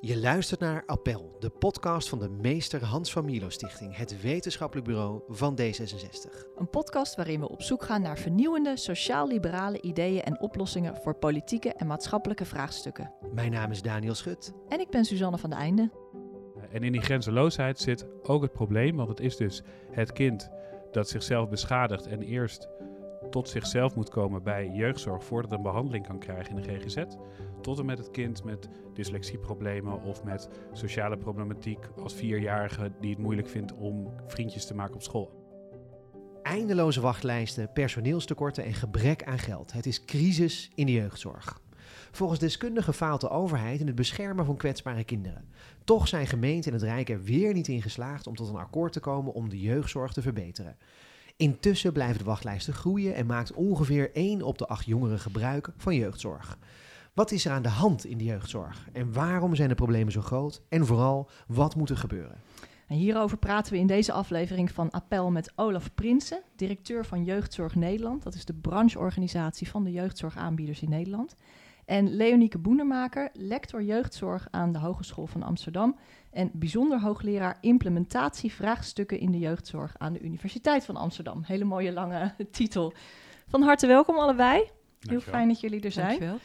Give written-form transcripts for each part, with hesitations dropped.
Je luistert naar Appel, de podcast van de Meester Hans van Mierlo Stichting, het wetenschappelijk bureau van D66. Een podcast waarin we op zoek gaan naar vernieuwende, sociaal-liberale ideeën en oplossingen voor politieke en maatschappelijke vraagstukken. Mijn naam is Daniel Schut. En ik ben Suzanne van de Einde. En in die grenzeloosheid zit ook het probleem, want het is dus het kind dat zichzelf beschadigt en eerst tot zichzelf moet komen bij jeugdzorg voordat een behandeling kan krijgen in de GGZ. Tot en met het kind met dyslexieproblemen of met sociale problematiek als 4-jarige die het moeilijk vindt om vriendjes te maken op school. Eindeloze wachtlijsten, personeelstekorten en gebrek aan geld. Het is crisis in de jeugdzorg. Volgens deskundigen faalt de overheid in het beschermen van kwetsbare kinderen. Toch zijn gemeenten en het Rijk er weer niet in geslaagd om tot een akkoord te komen om de jeugdzorg te verbeteren. Intussen blijven de wachtlijsten groeien en maakt ongeveer 1 op de 8 jongeren gebruik van jeugdzorg. Wat is er aan de hand in de jeugdzorg? En waarom zijn de problemen zo groot? En vooral, wat moet er gebeuren? En hierover praten we in deze aflevering van Appel met Olaf Prinsen, directeur van Jeugdzorg Nederland. Dat is de brancheorganisatie van de jeugdzorgaanbieders in Nederland. En Leonieke Boenemaker, lector jeugdzorg aan de Hogeschool van Amsterdam en bijzonder hoogleraar implementatievraagstukken in de jeugdzorg aan de Universiteit van Amsterdam. Hele mooie lange titel. Van harte welkom allebei. Heel fijn dat jullie er zijn. Dankjewel.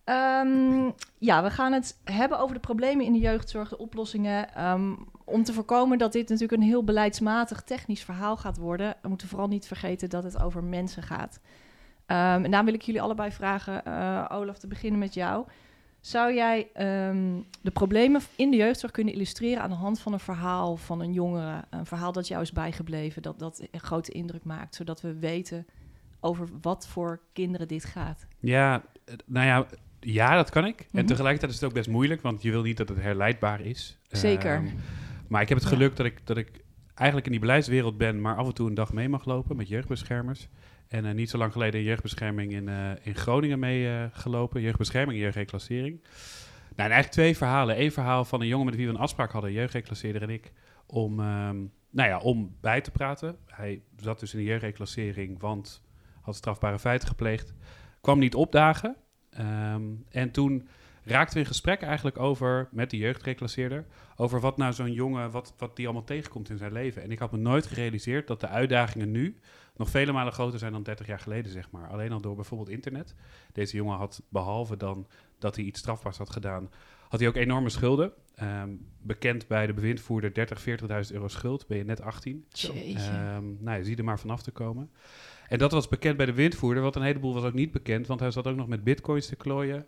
We gaan het hebben over de problemen in de jeugdzorg, de oplossingen. Om te voorkomen dat dit natuurlijk een heel beleidsmatig technisch verhaal gaat worden. We moeten vooral niet vergeten dat het over mensen gaat. En daar wil ik jullie allebei vragen, Olaf, te beginnen met jou. Zou jij de problemen in de jeugdzorg kunnen illustreren aan de hand van een verhaal van een jongere? Een verhaal dat jou is bijgebleven, dat een grote indruk maakt, zodat we weten over wat voor kinderen dit gaat? Ja, dat kan ik. En tegelijkertijd is het ook best moeilijk, want je wil niet dat het herleidbaar is. Zeker. Maar ik heb het geluk dat ik eigenlijk in die beleidswereld ben, maar af en toe een dag mee mag lopen met jeugdbeschermers. En niet zo lang geleden in jeugdbescherming in Groningen meegelopen. Jeugdbescherming en jeugdreclassering. Nou, en eigenlijk 2 verhalen. 1 verhaal van een jongen met wie we een afspraak hadden, jeugdreclasseerder en ik, om bij te praten. Hij zat dus in de jeugdreclassering, want had strafbare feiten gepleegd. Kwam niet opdagen. En toen raakten we in gesprek eigenlijk met de jeugdreclasseerder, over wat nou zo'n jongen, wat die allemaal tegenkomt in zijn leven. En ik had me nooit gerealiseerd dat de uitdagingen nu nog vele malen groter zijn dan 30 jaar geleden, zeg maar. Alleen al door bijvoorbeeld internet. Deze jongen had, behalve dan dat hij iets strafbaars had gedaan, had hij ook enorme schulden. Bekend bij de bewindvoerder 40.000 euro schuld, ben je net 18. Je ziet er maar vanaf te komen. En dat was bekend bij de bewindvoerder, want een heleboel was ook niet bekend, want hij zat ook nog met bitcoins te klooien.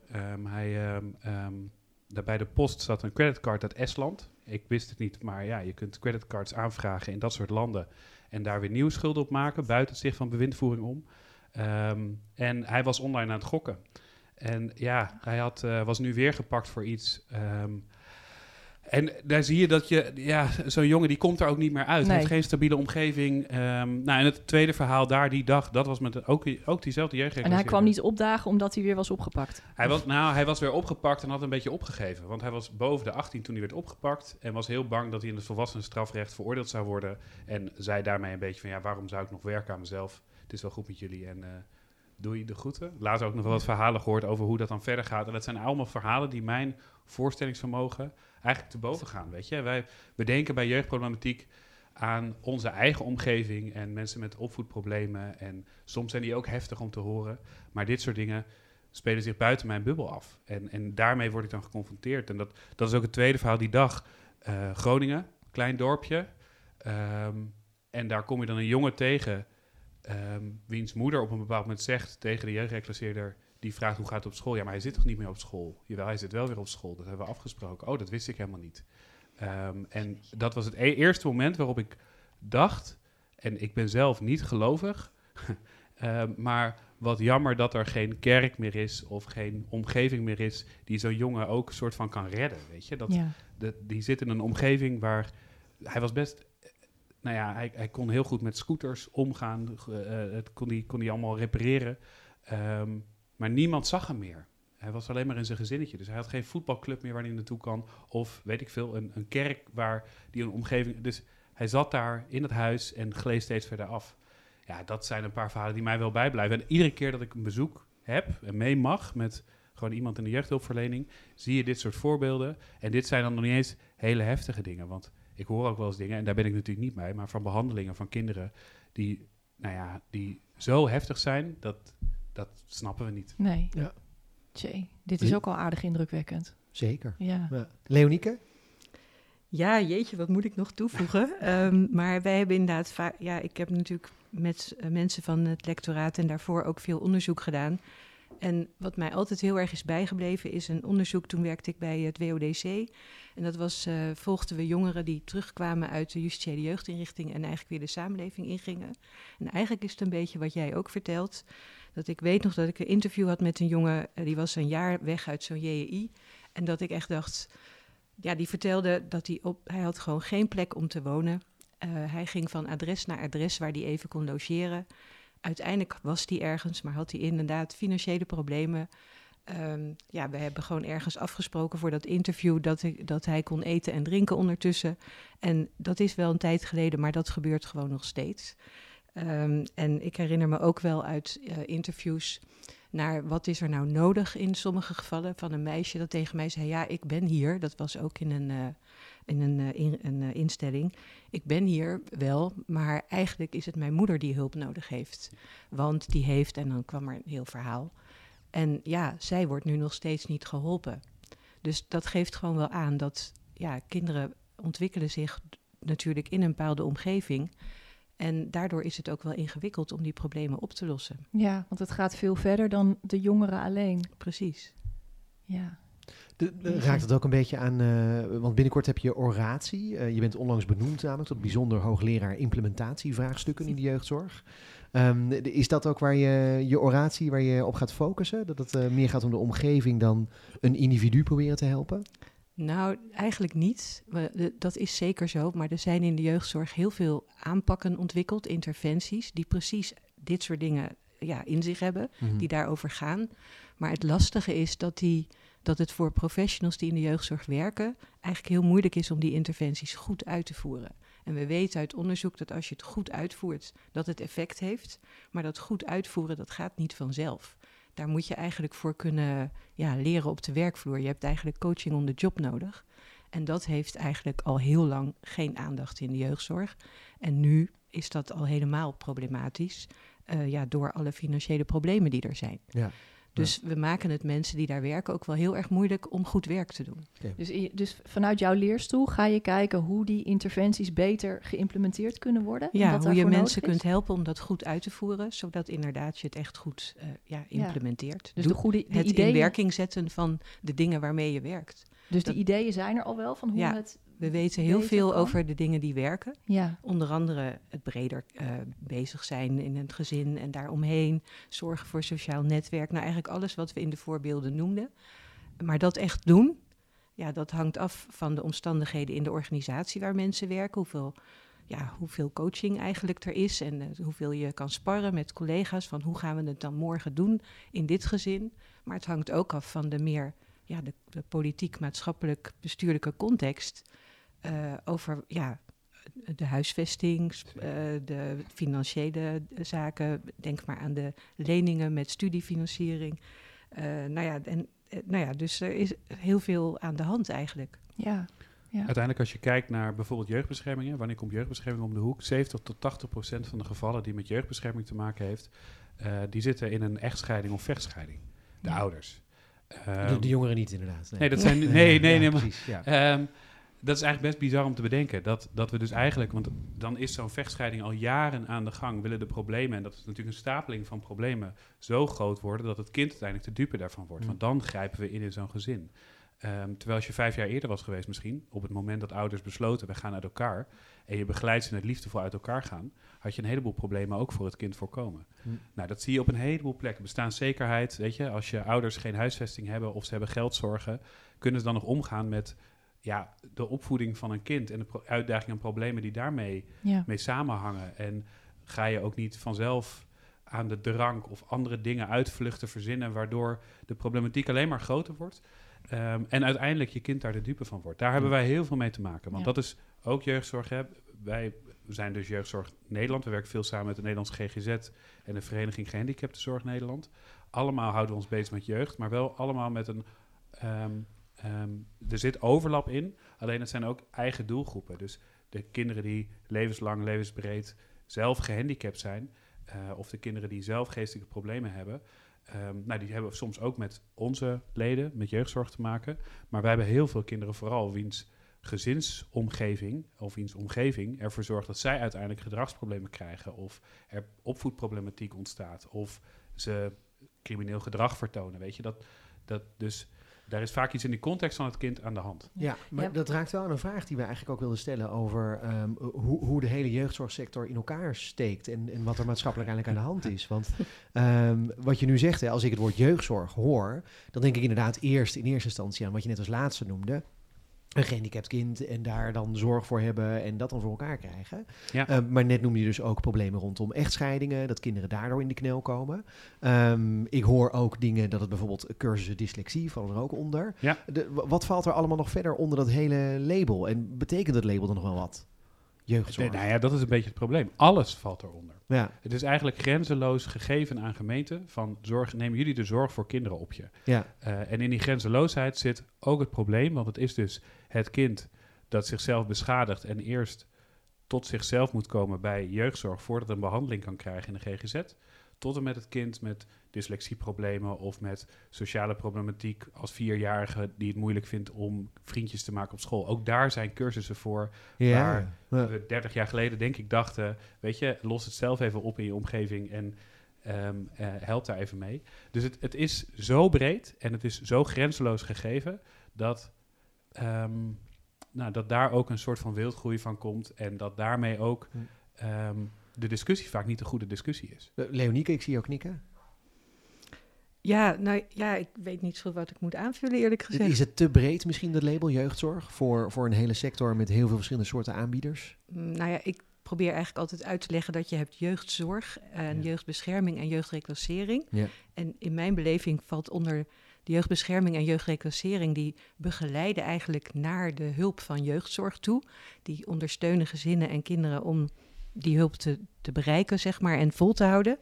Daar bij de post zat een creditcard uit Estland. Ik wist het niet, maar ja, je kunt creditcards aanvragen in dat soort landen en daar weer nieuwe schulden op maken, buiten het zicht van bewindvoering om. En hij was online aan het gokken. En ja, hij was nu weer gepakt voor iets. En daar zie je dat zo'n jongen die komt er ook niet meer uit. Hij heeft geen stabiele omgeving. En het tweede verhaal daar die dag, dat was met ook diezelfde jeugdreclassering. En hij kwam niet opdagen omdat hij weer was opgepakt? Hij was weer opgepakt en had een beetje opgegeven. Want hij was boven de 18 toen hij werd opgepakt en was heel bang dat hij in het volwassenenstrafrecht veroordeeld zou worden. En zei daarmee een beetje van, waarom zou ik nog werken aan mezelf? Het is wel goed met jullie en doei de groeten. Later ook nog wel wat verhalen gehoord over hoe dat dan verder gaat. En dat zijn allemaal verhalen die mijn voorstellingsvermogen eigenlijk te boven gaan, weet je. We denken bij jeugdproblematiek aan onze eigen omgeving en mensen met opvoedproblemen. En soms zijn die ook heftig om te horen. Maar dit soort dingen spelen zich buiten mijn bubbel af. En daarmee word ik dan geconfronteerd. En dat is ook het tweede verhaal die dag. Groningen, klein dorpje. En daar kom je dan een jongen tegen, wiens moeder op een bepaald moment zegt tegen de jeugdreclasseerder, die vraagt hoe gaat het op school. Ja, maar hij zit toch niet meer op school? Jawel, hij zit wel weer op school. Dat hebben we afgesproken. Oh, dat wist ik helemaal niet. En dat was het eerste moment waarop ik dacht, en ik ben zelf niet gelovig, maar wat jammer dat er geen kerk meer is of geen omgeving meer is die zo'n jongen ook een soort van kan redden, weet je. Die zit in een omgeving waar hij was best, hij kon heel goed met scooters omgaan, het kon hij allemaal repareren. Maar niemand zag hem meer. Hij was alleen maar in zijn gezinnetje. Dus hij had geen voetbalclub meer waar hij naartoe kan. Of, weet ik veel, een kerk waar die een omgeving. Dus hij zat daar in het huis en gleed steeds verder af. Ja, dat zijn een paar verhalen die mij wel bijblijven. En iedere keer dat ik een bezoek heb en mee mag met gewoon iemand in de jeugdhulpverlening, zie je dit soort voorbeelden. En dit zijn dan nog niet eens hele heftige dingen. Want ik hoor ook wel eens dingen, en daar ben ik natuurlijk niet bij, maar van behandelingen van kinderen die zo heftig zijn, dat snappen we niet. Nee. Ja. Tjee, dit is ook al aardig indrukwekkend. Zeker. Ja. Ja. Leonieke? Ja, jeetje, wat moet ik nog toevoegen? Maar wij hebben inderdaad ik heb natuurlijk met mensen van het lectoraat en daarvoor ook veel onderzoek gedaan. En wat mij altijd heel erg is bijgebleven is een onderzoek. Toen werkte ik bij het WODC. En dat was, volgden we jongeren die terugkwamen uit de justitiële jeugdinrichting en eigenlijk weer de samenleving ingingen. En eigenlijk is het een beetje wat jij ook vertelt. Dat ik weet nog dat ik een interview had met een jongen, die was een jaar weg uit zo'n JEI. En dat ik echt dacht, ja, die vertelde dat hij had gewoon geen plek om te wonen. Hij ging van adres naar adres waar hij even kon logeren. Uiteindelijk was hij ergens, maar had hij inderdaad financiële problemen. We hebben gewoon ergens afgesproken voor dat interview dat hij kon eten en drinken ondertussen. En dat is wel een tijd geleden, maar dat gebeurt gewoon nog steeds. En ik herinner me ook wel uit interviews naar wat is er nou nodig in sommige gevallen van een meisje dat tegen mij zei, ja, ik ben hier. Dat was ook in een instelling. Ik ben hier wel, maar eigenlijk is het mijn moeder die hulp nodig heeft. Want die heeft, en dan kwam er een heel verhaal. En ja, zij wordt nu nog steeds niet geholpen. Dus dat geeft gewoon wel aan dat kinderen ontwikkelen zich natuurlijk in een bepaalde omgeving. En daardoor is het ook wel ingewikkeld om die problemen op te lossen. Ja, want het gaat veel verder dan de jongeren alleen. Precies. Ja. Raakt het ook een beetje aan, want binnenkort heb je oratie. Je bent onlangs benoemd namelijk tot bijzonder hoogleraar implementatievraagstukken in de jeugdzorg. Is dat ook waar je oratie, waar je op gaat focussen? Dat het meer gaat om de omgeving dan een individu proberen te helpen? Nou, eigenlijk niet. Dat is zeker zo. Maar er zijn in de jeugdzorg heel veel aanpakken ontwikkeld, interventies, die precies dit soort dingen in zich hebben, die daarover gaan. Maar het lastige is dat het voor professionals die in de jeugdzorg werken eigenlijk heel moeilijk is om die interventies goed uit te voeren. En we weten uit onderzoek dat als je het goed uitvoert, dat het effect heeft. Maar dat goed uitvoeren, dat gaat niet vanzelf. Daar moet je eigenlijk voor kunnen leren op de werkvloer. Je hebt eigenlijk coaching on the job nodig. En dat heeft eigenlijk al heel lang geen aandacht in de jeugdzorg. En nu is dat al helemaal problematisch door alle financiële problemen die er zijn. Ja. Dus we maken het mensen die daar werken ook wel heel erg moeilijk om goed werk te doen. Okay. Dus vanuit jouw leerstoel ga je kijken hoe die interventies beter geïmplementeerd kunnen worden? Ja, hoe je mensen kunt helpen om dat goed uit te voeren, zodat inderdaad je het echt goed implementeert. Dus het ideeën, in werking zetten van de dingen waarmee je werkt. Dus de ideeën zijn er al wel van hoe het... We weten heel veel over de dingen die werken. Ja. Onder andere het breder bezig zijn in het gezin en daaromheen. Zorgen voor sociaal netwerk. Nou, eigenlijk alles wat we in de voorbeelden noemden. Maar dat echt doen, dat hangt af van de omstandigheden in de organisatie waar mensen werken. Hoeveel coaching eigenlijk er is en hoeveel je kan sparren met collega's. Van hoe gaan we het dan morgen doen in dit gezin. Maar het hangt ook af van de meer de politiek, maatschappelijk, bestuurlijke context. Over de huisvesting, de financiële zaken. Denk maar aan de leningen met studiefinanciering. Dus er is heel veel aan de hand eigenlijk. Ja. Uiteindelijk als je kijkt naar bijvoorbeeld jeugdbeschermingen, wanneer komt jeugdbescherming om de hoek? 70-80% van de gevallen die met jeugdbescherming te maken heeft, die zitten in een echtscheiding of vechtscheiding. De ouders. De jongeren niet inderdaad. Nee, dat zijn... Nee, precies. Ja. Dat is eigenlijk best bizar om te bedenken. Dat we dus eigenlijk... Want dan is zo'n vechtscheiding al jaren aan de gang. Willen de problemen... En dat is natuurlijk een stapeling van problemen... zo groot worden dat het kind uiteindelijk de dupe daarvan wordt. Want dan grijpen we in zo'n gezin. Terwijl als je 5 jaar eerder was geweest misschien... op het moment dat ouders besloten... we gaan uit elkaar... en je begeleidt ze met liefdevol uit elkaar gaan... had je een heleboel problemen ook voor het kind voorkomen. Nou, dat zie je op een heleboel plekken. Bestaanszekerheid, weet je... als je ouders geen huisvesting hebben... of ze hebben geldzorgen... kunnen ze dan nog omgaan met... de opvoeding van een kind... en de uitdagingen en problemen die daarmee mee samenhangen. En ga je ook niet vanzelf... aan de drank of andere dingen uitvluchten verzinnen... waardoor de problematiek alleen maar groter wordt... en uiteindelijk je kind daar de dupe van wordt. Daar hebben wij heel veel mee te maken. Want dat is ook jeugdzorg. Wij zijn dus Jeugdzorg Nederland. We werken veel samen met de Nederlandse GGZ... en de Vereniging Gehandicaptenzorg Nederland. allemaal houden we ons bezig met jeugd, maar wel allemaal met een... er zit overlap in, alleen het zijn ook eigen doelgroepen. Dus de kinderen die levenslang, levensbreed zelf gehandicapt zijn, of de kinderen die zelf geestelijke problemen hebben, die hebben soms ook met onze leden, met jeugdzorg te maken. Maar wij hebben heel veel kinderen vooral wiens gezinsomgeving of wiens omgeving ervoor zorgt dat zij uiteindelijk gedragsproblemen krijgen, of er opvoedproblematiek ontstaat, of ze crimineel gedrag vertonen. Weet je, dus daar is vaak iets in de context van het kind aan de hand. Ja, maar dat raakt wel aan een vraag die we eigenlijk ook wilden stellen over hoe de hele jeugdzorgsector in elkaar steekt en wat er maatschappelijk eigenlijk aan de hand is. Want wat je nu zegt, hè, als ik het woord jeugdzorg hoor, dan denk ik inderdaad in eerste instantie aan wat je net als laatste noemde. Een gehandicapt kind en daar dan zorg voor hebben en dat dan voor elkaar krijgen. Ja. Maar net noemde je dus ook problemen rondom echtscheidingen, dat kinderen daardoor in de knel komen. Ik hoor ook dingen dat het bijvoorbeeld cursussen dyslexie vallen er ook onder. Ja. Wat valt er allemaal nog verder onder dat hele label? En betekent dat label dan nog wel wat? Jeugdzorg. Nou ja, dat is een beetje het probleem. Alles valt eronder. Ja. Het is eigenlijk grenzeloos gegeven aan gemeenten van nemen jullie de zorg voor kinderen op je. Ja. En in die grenzeloosheid zit ook het probleem, want het is dus het kind dat zichzelf beschadigt en eerst tot zichzelf moet komen bij jeugdzorg voordat het een behandeling kan krijgen in de GGZ. Tot en met het kind met dyslexieproblemen of met sociale problematiek als 4-jarige die het moeilijk vindt om vriendjes te maken op school. Ook daar zijn cursussen voor waar we 30 jaar geleden denk ik dachten, weet je, los het zelf even op in je omgeving en help daar even mee. Dus het is zo breed en het is zo grenzeloos gegeven dat dat daar ook een soort van wildgroei van komt en dat daarmee ook de discussie vaak niet een goede discussie is. Leonieke, ik zie jou knikken. Ja, ik weet niet zo wat ik moet aanvullen, eerlijk gezegd. Is het te breed misschien, dat label jeugdzorg, voor een hele sector met heel veel verschillende soorten aanbieders? Ik probeer eigenlijk altijd uit te leggen dat je hebt jeugdzorg en jeugdbescherming en jeugdreclassering. Ja. En in mijn beleving valt onder de jeugdbescherming en jeugdreclassering, die begeleiden eigenlijk naar de hulp van jeugdzorg toe. Die ondersteunen gezinnen en kinderen om die hulp te bereiken, zeg maar, en vol te houden.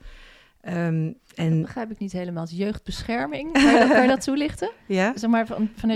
Dat begrijp ik niet helemaal. Jeugdbescherming, kan je dat toelichten? Ja. Zeg maar vanuit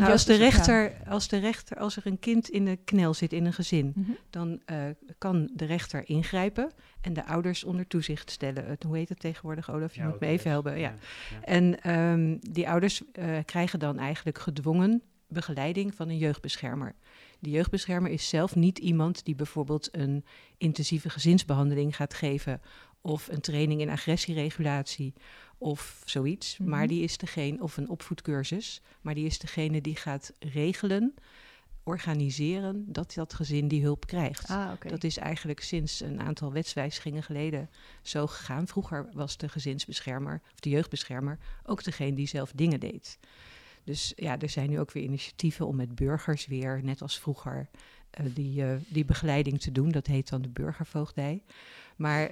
als er een kind in de knel zit in een gezin, dan kan de rechter ingrijpen en de ouders onder toezicht stellen. Hoe heet het tegenwoordig, Olaf? Je moet me even helpen. Ja. En die ouders krijgen dan eigenlijk gedwongen begeleiding van een jeugdbeschermer. Die jeugdbeschermer is zelf niet iemand die bijvoorbeeld een intensieve gezinsbehandeling gaat geven of een training in agressieregulatie of zoiets. Maar die is degene, of een opvoedcursus, maar die is degene die gaat regelen, organiseren dat gezin die hulp krijgt. Okay. Dat is eigenlijk sinds een aantal wetswijzigingen geleden zo gegaan. Vroeger was de gezinsbeschermer of de jeugdbeschermer ook degene die zelf dingen deed. Dus ja, er zijn nu ook weer initiatieven om met burgers weer, net als vroeger, die begeleiding te doen. Dat heet dan de burgervoogdij. Maar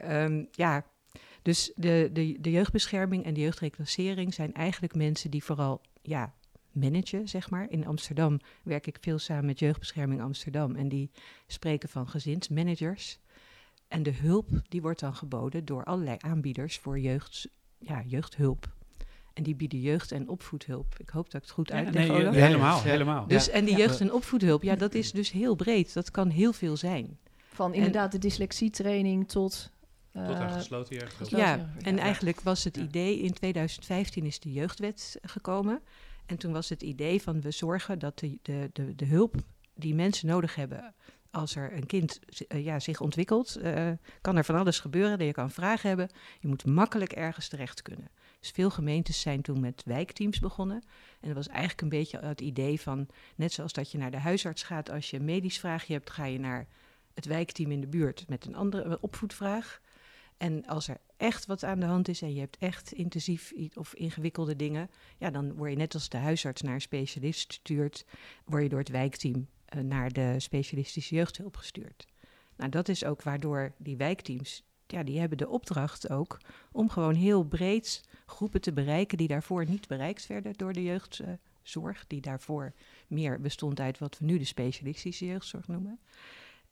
dus de jeugdbescherming en de jeugdreclassering zijn eigenlijk mensen die vooral managen, zeg maar. In Amsterdam werk ik veel samen met Jeugdbescherming Amsterdam en die spreken van gezinsmanagers. En de hulp die wordt dan geboden door allerlei aanbieders voor jeugdhulp. En die bieden jeugd- en opvoedhulp. Ik hoop dat ik het goed uitleg, Olaf. Helemaal. Dus, en die jeugd- en opvoedhulp, dat is dus heel breed. Dat kan heel veel zijn. Van inderdaad de dyslexietraining tot aan gesloten jeugd. En eigenlijk was het idee, in 2015 is de jeugdwet gekomen. En toen was het idee van we zorgen dat de hulp die mensen nodig hebben als er een kind zich ontwikkelt, kan er van alles gebeuren. Je kan vragen hebben. Je moet makkelijk ergens terecht kunnen. Dus veel gemeentes zijn toen met wijkteams begonnen. En dat was eigenlijk een beetje het idee van, net zoals dat je naar de huisarts gaat als je een medisch vraagje hebt, ga je naar het wijkteam in de buurt met een andere opvoedvraag. En als er echt wat aan de hand is en je hebt echt intensief of ingewikkelde dingen, dan word je net als de huisarts naar een specialist stuurt, word je door het wijkteam naar de specialistische jeugdhulp gestuurd. Nou, dat is ook waardoor die wijkteams, die hebben de opdracht ook om gewoon heel breed groepen te bereiken die daarvoor niet bereikt werden door de jeugdzorg, die daarvoor meer bestond uit wat we nu de specialistische jeugdzorg noemen.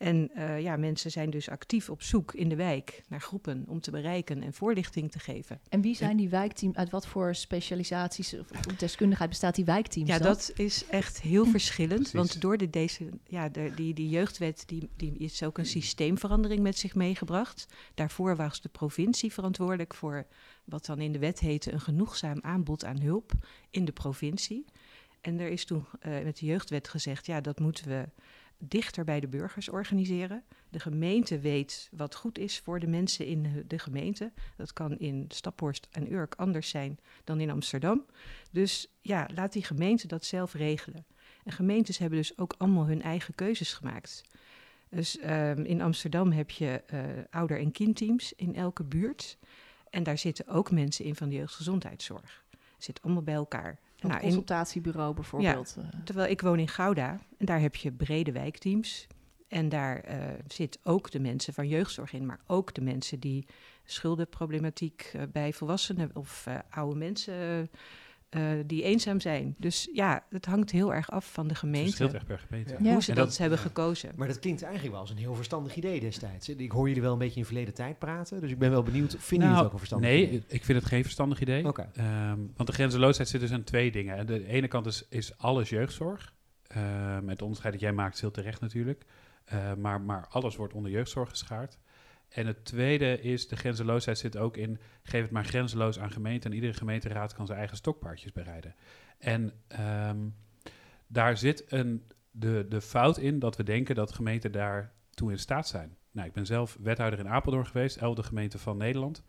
En mensen zijn dus actief op zoek in de wijk naar groepen om te bereiken en voorlichting te geven. En wie zijn die wijkteams? Uit wat voor specialisaties of deskundigheid bestaat die wijkteams Ja, dan? dat is echt heel verschillend. Precies. Want door die jeugdwet, die is ook een systeemverandering met zich meegebracht. Daarvoor was de provincie verantwoordelijk voor wat dan in de wet heette een genoegzaam aanbod aan hulp in de provincie. En er is toen met de jeugdwet gezegd, dat moeten we dichter bij de burgers organiseren. De gemeente weet wat goed is voor de mensen in de gemeente. Dat kan in Staphorst en Urk anders zijn dan in Amsterdam. Dus laat die gemeente dat zelf regelen. En gemeentes hebben dus ook allemaal hun eigen keuzes gemaakt. Dus in Amsterdam heb je ouder- en kindteams in elke buurt. En daar zitten ook mensen in van de jeugdgezondheidszorg. Het zit allemaal bij elkaar. Een consultatiebureau bijvoorbeeld. Terwijl ik woon in Gouda en daar heb je brede wijkteams. En daar zit ook de mensen van jeugdzorg in, maar ook de mensen die schuldenproblematiek bij volwassenen of oude mensen die eenzaam zijn. Dus het hangt heel erg af van de Het gemeente. verschilt echt per gemeente. Ja. Hoe ze dat hebben gekozen. Maar dat klinkt eigenlijk wel als een heel verstandig idee destijds. Ik hoor jullie wel een beetje in verleden tijd praten. Dus ik ben wel benieuwd, vinden jullie het ook een verstandig idee? Nee, ik vind het geen verstandig idee. Oké. Want de grenzeloosheid zit dus aan twee dingen. De ene kant is alles jeugdzorg. Het onderscheid dat jij maakt is heel terecht natuurlijk. Maar alles wordt onder jeugdzorg geschaard. En het tweede is, de grenzeloosheid zit ook in, geef het maar grenzeloos aan gemeenten en iedere gemeenteraad kan zijn eigen stokpaardjes bereiden. En daar zit de fout in dat we denken dat gemeenten daartoe in staat zijn. Nou, ik ben zelf wethouder in Apeldoorn geweest, 11e gemeente van Nederland.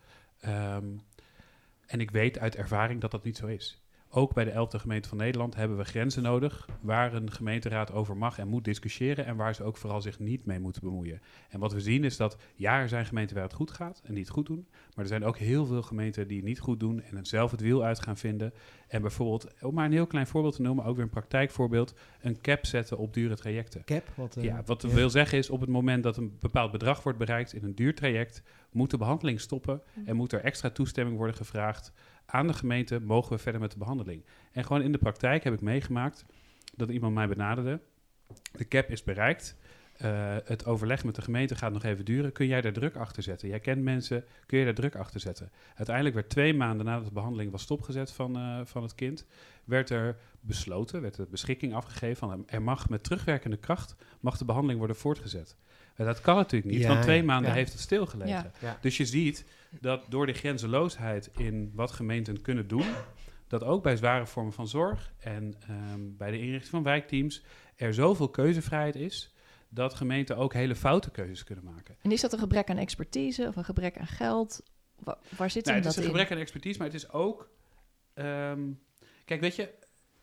En ik weet uit ervaring dat dat niet zo is. Ook bij de 11e gemeente van Nederland hebben we grenzen nodig waar een gemeenteraad over mag en moet discussiëren en waar ze ook vooral zich niet mee moeten bemoeien. En wat we zien is dat er zijn gemeenten waar het goed gaat en die het goed doen, maar er zijn ook heel veel gemeenten die het niet goed doen en zelf het wiel uit gaan vinden. En bijvoorbeeld, om maar een heel klein voorbeeld te noemen, ook weer een praktijkvoorbeeld, een cap zetten op dure trajecten. Cap? Wat wil zeggen is, op het moment dat een bepaald bedrag wordt bereikt in een duur traject, moet de behandeling stoppen en moet er extra toestemming worden gevraagd aan de gemeente, mogen we verder met de behandeling. En gewoon in de praktijk heb ik meegemaakt dat iemand mij benaderde. De cap is bereikt. Het overleg met de gemeente gaat nog even duren. Kun jij daar druk achter zetten? Jij kent mensen, kun je daar druk achter zetten? Uiteindelijk werd 2 maanden nadat de behandeling was stopgezet van het kind, werd er besloten, werd de beschikking afgegeven van er mag met terugwerkende kracht mag de behandeling worden voortgezet. Dat kan natuurlijk niet, want 2 maanden heeft het stilgelegen. Ja. Ja. Dus je ziet dat door de grenzeloosheid in wat gemeenten kunnen doen, dat ook bij zware vormen van zorg en bij de inrichting van wijkteams er zoveel keuzevrijheid is, dat gemeenten ook hele foute keuzes kunnen maken. En is dat een gebrek aan expertise of een gebrek aan geld? Waar zit hem Het dat is een in? gebrek aan expertise, maar het is ook... kijk, weet je,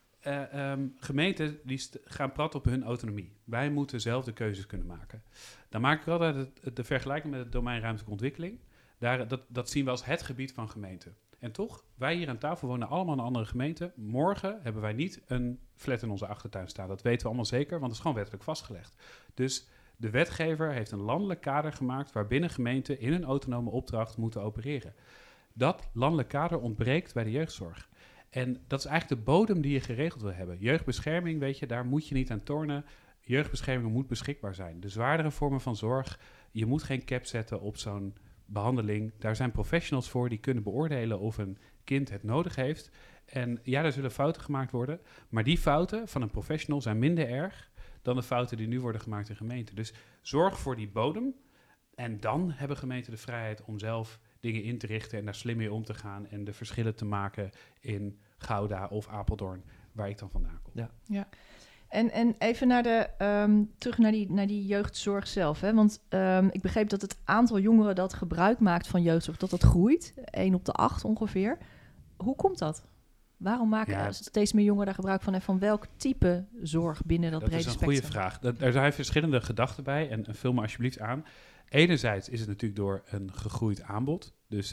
gemeenten die gaan prat op hun autonomie. Wij moeten zelf de keuzes kunnen maken. Dan maak ik altijd de vergelijking met het domein ruimtelijke ontwikkeling. Dat zien we als het gebied van gemeenten. En toch, wij hier aan tafel wonen allemaal in een andere gemeente. Morgen hebben wij niet een flat in onze achtertuin staan. Dat weten we allemaal zeker, want het is gewoon wettelijk vastgelegd. Dus de wetgever heeft een landelijk kader gemaakt waarbinnen gemeenten in een autonome opdracht moeten opereren. Dat landelijk kader ontbreekt bij de jeugdzorg. En dat is eigenlijk de bodem die je geregeld wil hebben. Jeugdbescherming, weet je, daar moet je niet aan tornen. Jeugdbescherming moet beschikbaar zijn. De zwaardere vormen van zorg, je moet geen cap zetten op zo'n behandeling. Daar zijn professionals voor die kunnen beoordelen of een kind het nodig heeft. En ja, er zullen fouten gemaakt worden. Maar die fouten van een professional zijn minder erg dan de fouten die nu worden gemaakt in gemeenten. Dus zorg voor die bodem. En dan hebben gemeenten de vrijheid om zelf dingen in te richten en daar slim mee om te gaan en de verschillen te maken in Gouda of Apeldoorn, waar ik dan vandaan kom. Ja. En even terug naar die jeugdzorg zelf. Hè? Want ik begreep dat het aantal jongeren dat gebruik maakt van jeugdzorg, dat groeit. 1 op de 8 ongeveer. Hoe komt dat? Waarom maken steeds meer jongeren daar gebruik van? En van welk type zorg binnen dat brede spectrum? Dat is een goede vraag. Er zijn verschillende gedachten bij en vul me alsjeblieft aan. Enerzijds is het natuurlijk door een gegroeid aanbod. Dus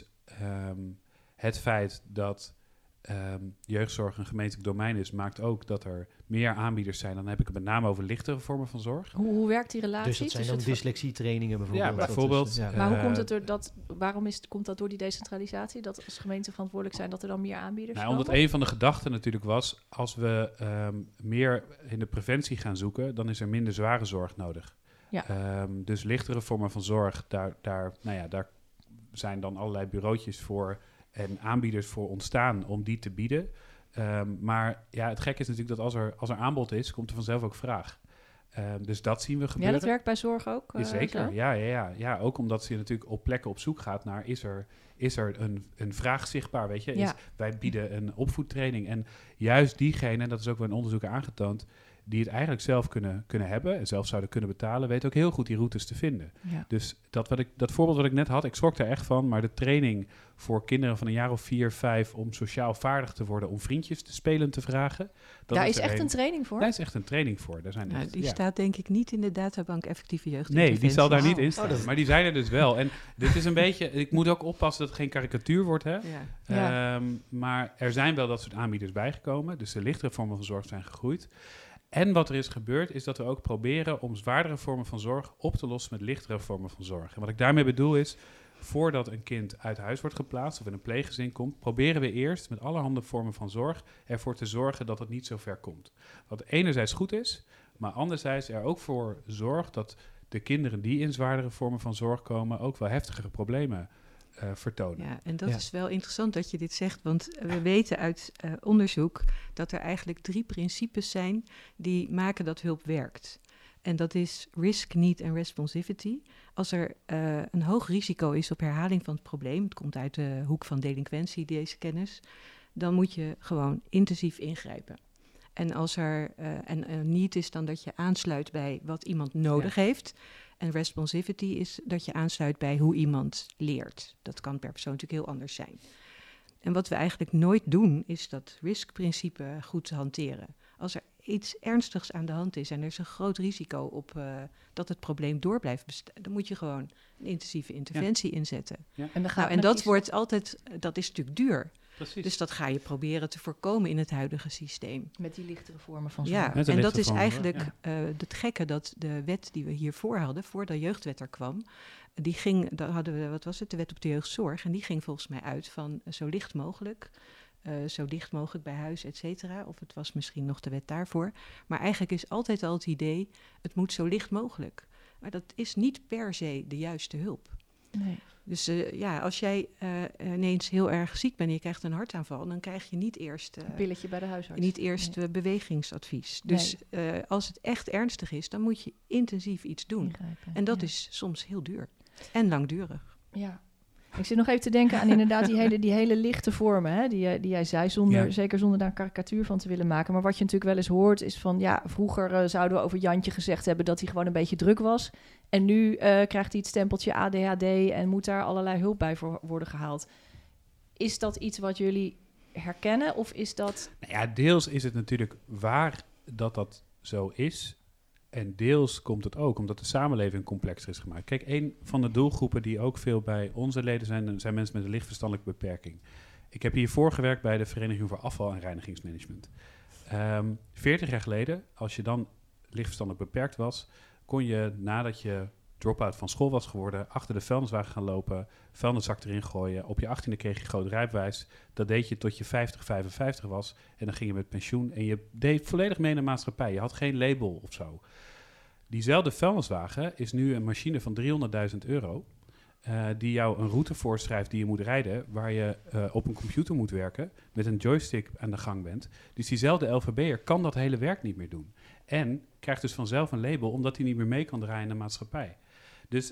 het feit dat jeugdzorg een gemeentelijk domein is, maakt ook dat er meer aanbieders zijn. Dan heb ik het met name over lichtere vormen van zorg. Hoe werkt die relatie? Dus dat zijn dan dyslexietrainingen bijvoorbeeld. Ja, bijvoorbeeld. Maar hoe komt het komt dat door die decentralisatie? Dat als gemeenten verantwoordelijk zijn, dat er dan meer aanbieders omdat komen? een van de gedachten natuurlijk was, als we meer in de preventie gaan zoeken, dan is er minder zware zorg nodig. Ja. Dus lichtere vormen van zorg, daar zijn dan allerlei bureautjes voor en aanbieders voor ontstaan om die te bieden. Maar ja, het gekke is natuurlijk dat als er aanbod is, komt er vanzelf ook vraag. Dus dat zien we gebeuren. Ja, dat werkt bij zorg ook? Zeker, zo? ja. Ook omdat ze natuurlijk op plekken op zoek gaat naar... is er een vraag zichtbaar, weet je? Ja. Wij bieden een opvoedtraining. En juist diegene, en dat is ook wel in onderzoek aangetoond... die het eigenlijk zelf kunnen hebben... en zelf zouden kunnen betalen... weten ook heel goed die routes te vinden. Ja. Dus dat voorbeeld wat ik net had... ik schrok daar echt van... maar de training voor kinderen van een jaar of 4, 5... om sociaal vaardig te worden... om vriendjes te spelen te vragen... Daar is echt een training voor? Daar is echt een training voor. Daar zijn die staat denk ik niet in de databank effectieve jeugdinterventie. Nee, die zal daar niet in staan. Maar die zijn er dus wel. En dit is een beetje... Ik moet ook oppassen dat het geen karikatuur wordt, hè? Ja. Maar er zijn wel dat soort aanbieders bijgekomen. Dus de lichtere vormen van zorg zijn gegroeid. En wat er is gebeurd, is dat we ook proberen om zwaardere vormen van zorg op te lossen met lichtere vormen van zorg. En wat ik daarmee bedoel is, voordat een kind uit huis wordt geplaatst of in een pleeggezin komt, proberen we eerst met allerhande vormen van zorg ervoor te zorgen dat het niet zo ver komt. Wat enerzijds goed is, maar anderzijds er ook voor zorgt dat de kinderen die in zwaardere vormen van zorg komen ook wel heftigere problemen vertonen. Ja, en dat is wel interessant dat je dit zegt, want we weten uit onderzoek dat er eigenlijk 3 principes zijn die maken dat hulp werkt. En dat is risk, need en responsivity. Als er een hoog risico is op herhaling van het probleem, het komt uit de hoek van delinquentie, deze kennis, dan moet je gewoon intensief ingrijpen. En als er een need is dan dat je aansluit bij wat iemand nodig heeft. En responsivity is dat je aansluit bij hoe iemand leert. Dat kan per persoon natuurlijk heel anders zijn. En wat we eigenlijk nooit doen, is dat risk-principe goed hanteren. Als er iets ernstigs aan de hand is en er is een groot risico op dat het probleem door blijft bestaan, dan moet je gewoon een intensieve interventie inzetten. Ja. En dat wordt altijd, dat is natuurlijk duur. Precies. Dus dat ga je proberen te voorkomen in het huidige systeem. Met die lichtere vormen van zorg. Ja, en dat is eigenlijk het gekke dat de wet die we hiervoor hadden, voor de jeugdwet er kwam, die ging, daar hadden we, wat was het, de wet op de jeugdzorg, en die ging volgens mij uit van zo licht mogelijk bij huis, et cetera. Of het was misschien nog de wet daarvoor. Maar eigenlijk is altijd al het idee, het moet zo licht mogelijk. Maar dat is niet per se de juiste hulp. Nee. Dus als jij ineens heel erg ziek bent en je krijgt een hartaanval, dan krijg je niet eerst een pilletje bij de huisarts. Niet eerst bewegingsadvies. Dus als het echt ernstig is, dan moet je intensief iets doen. Ingrijpen. En dat is soms heel duur en langdurig. Ja. Ik zit nog even te denken aan inderdaad die hele lichte vormen, hè, die jij zei, zeker zonder daar een karikatuur van te willen maken. Maar wat je natuurlijk wel eens hoort is van, vroeger zouden we over Jantje gezegd hebben dat hij gewoon een beetje druk was. En nu krijgt hij het stempeltje ADHD en moet daar allerlei hulp bij voor worden gehaald. Is dat iets wat jullie herkennen of is dat... Nou ja, deels is het natuurlijk waar dat zo is. En deels komt het ook omdat de samenleving complexer is gemaakt. Kijk, een van de doelgroepen die ook veel bij onze leden zijn mensen met een licht verstandelijke beperking. Ik heb hiervoor gewerkt bij de Vereniging voor Afval- en Reinigingsmanagement. 40 jaar geleden, als je dan licht verstandelijk beperkt was, kon je nadat je drop-out van school was geworden, achter de vuilniswagen gaan lopen, vuilniszak erin gooien. Op je 18e kreeg je groot rijbewijs. Dat deed je tot je 50, 55 was. En dan ging je met pensioen. En je deed volledig mee in de maatschappij. Je had geen label of zo. Diezelfde vuilniswagen is nu een machine van €300.000. Die jou een route voorschrijft die je moet rijden, waar je op een computer moet werken, met een joystick aan de gang bent. Dus diezelfde LVB'er kan dat hele werk niet meer doen. En krijgt dus vanzelf een label, omdat hij niet meer mee kan draaien in de maatschappij. Dus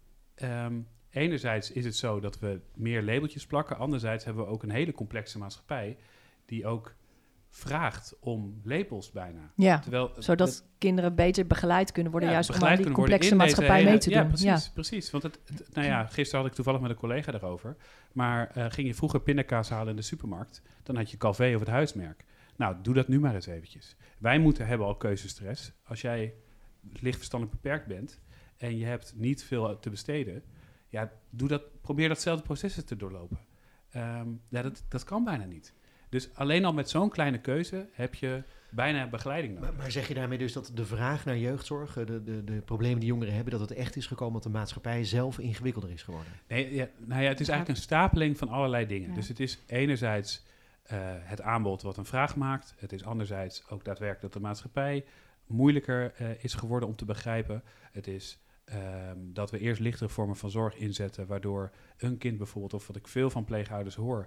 enerzijds is het zo dat we meer labeltjes plakken. Anderzijds hebben we ook een hele complexe maatschappij die ook vraagt om labels bijna. Ja, zodat kinderen beter begeleid kunnen worden, juist om aan die complexe maatschappij mee te doen. Ja, precies. Want gisteren had ik toevallig met een collega daarover. Maar ging je vroeger pindakaas halen in de supermarkt, dan had je Calvé of het huismerk. Nou, doe dat nu maar eens eventjes. Wij hebben al keuzestress. Als jij licht verstandelijk beperkt bent en je hebt niet veel te besteden, probeer datzelfde proces te doorlopen. Dat kan bijna niet. Dus alleen al met zo'n kleine keuze heb je bijna begeleiding nodig. Maar zeg je daarmee dus dat de vraag naar jeugdzorg, de problemen die jongeren hebben, dat het echt is gekomen dat de maatschappij zelf ingewikkelder is geworden? Nee, het is eigenlijk een stapeling van allerlei dingen. Ja. Dus het is enerzijds het aanbod wat een vraag maakt. Het is anderzijds ook daadwerkelijk dat de maatschappij moeilijker is geworden om te begrijpen. Het is dat we eerst lichtere vormen van zorg inzetten, waardoor een kind bijvoorbeeld, of wat ik veel van pleegouders hoor,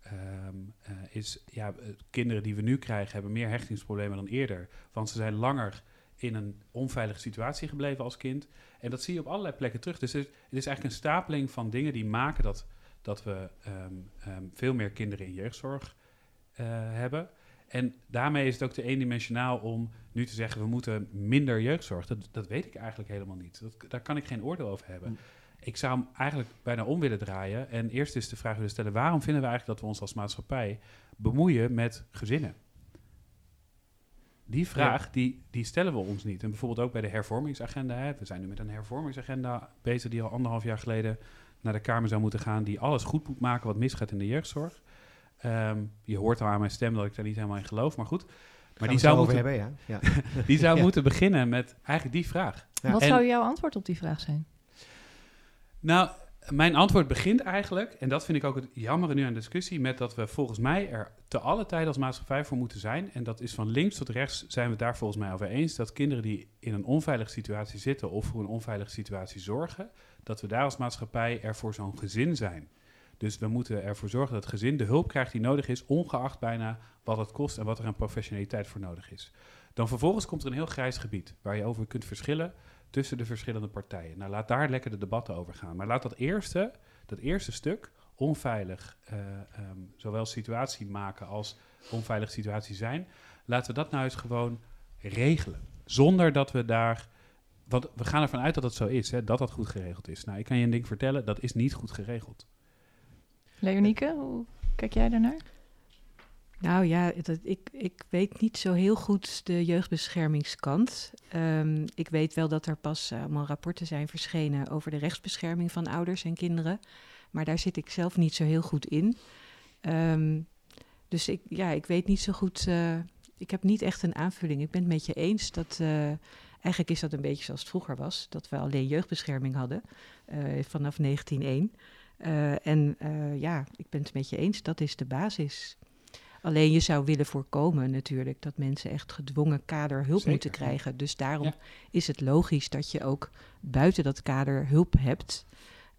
kinderen die we nu krijgen hebben meer hechtingsproblemen dan eerder. Want ze zijn langer in een onveilige situatie gebleven als kind. En dat zie je op allerlei plekken terug. Dus het is eigenlijk een stapeling van dingen die maken dat we veel meer kinderen in jeugdzorg hebben. En daarmee is het ook te eendimensionaal om nu te zeggen, we moeten minder jeugdzorg. Dat weet ik eigenlijk helemaal niet. Daar kan ik geen oordeel over hebben. Ik zou hem eigenlijk bijna om willen draaien. En eerst is de vraag willen stellen, waarom vinden we eigenlijk dat we ons als maatschappij bemoeien met gezinnen? Die vraag, die stellen we ons niet. En bijvoorbeeld ook bij de hervormingsagenda. Hè. We zijn nu met een hervormingsagenda bezig die al 1,5 jaar geleden naar de Kamer zou moeten gaan, die alles goed moet maken wat misgaat in de jeugdzorg. Je hoort al aan mijn stem dat ik daar niet helemaal in geloof, maar goed. Maar die zou, die zou moeten beginnen met eigenlijk die vraag. Ja. Wat zou jouw antwoord op die vraag zijn? Nou, mijn antwoord begint eigenlijk, en dat vind ik ook het jammere nu aan de discussie, met dat we volgens mij er te alle tijden als maatschappij voor moeten zijn. En dat is van links tot rechts zijn we het daar volgens mij over eens, dat kinderen die in een onveilige situatie zitten of voor een onveilige situatie zorgen, dat we daar als maatschappij er voor zo'n gezin zijn. Dus we moeten ervoor zorgen dat het gezin de hulp krijgt die nodig is, ongeacht bijna wat het kost en wat er aan professionaliteit voor nodig is. Dan vervolgens komt er een heel grijs gebied waar je over kunt verschillen tussen de verschillende partijen. Nou, laat daar lekker de debatten over gaan. Maar laat dat eerste stuk, onveilig, zowel situatie maken als onveilige situatie zijn, laten we dat nou eens gewoon regelen. Zonder dat we daar, want we gaan ervan uit dat het zo is, hè, dat goed geregeld is. Nou, ik kan je een ding vertellen, dat is niet goed geregeld. Leonieke, hoe kijk jij daarnaar? Nou ja, ik weet niet zo heel goed de jeugdbeschermingskant. Ik weet wel dat er pas allemaal rapporten zijn verschenen over de rechtsbescherming van ouders en kinderen. Maar daar zit ik zelf niet zo heel goed in. Dus ik weet niet zo goed. Ik heb niet echt een aanvulling. Ik ben het met je eens dat eigenlijk is dat een beetje zoals het vroeger was. Dat we alleen jeugdbescherming hadden vanaf 1901. Ik ben het met je eens, dat is de basis. Alleen je zou willen voorkomen natuurlijk dat mensen echt gedwongen kaderhulp moeten krijgen. Dus daarom is het logisch dat je ook buiten dat kader hulp hebt.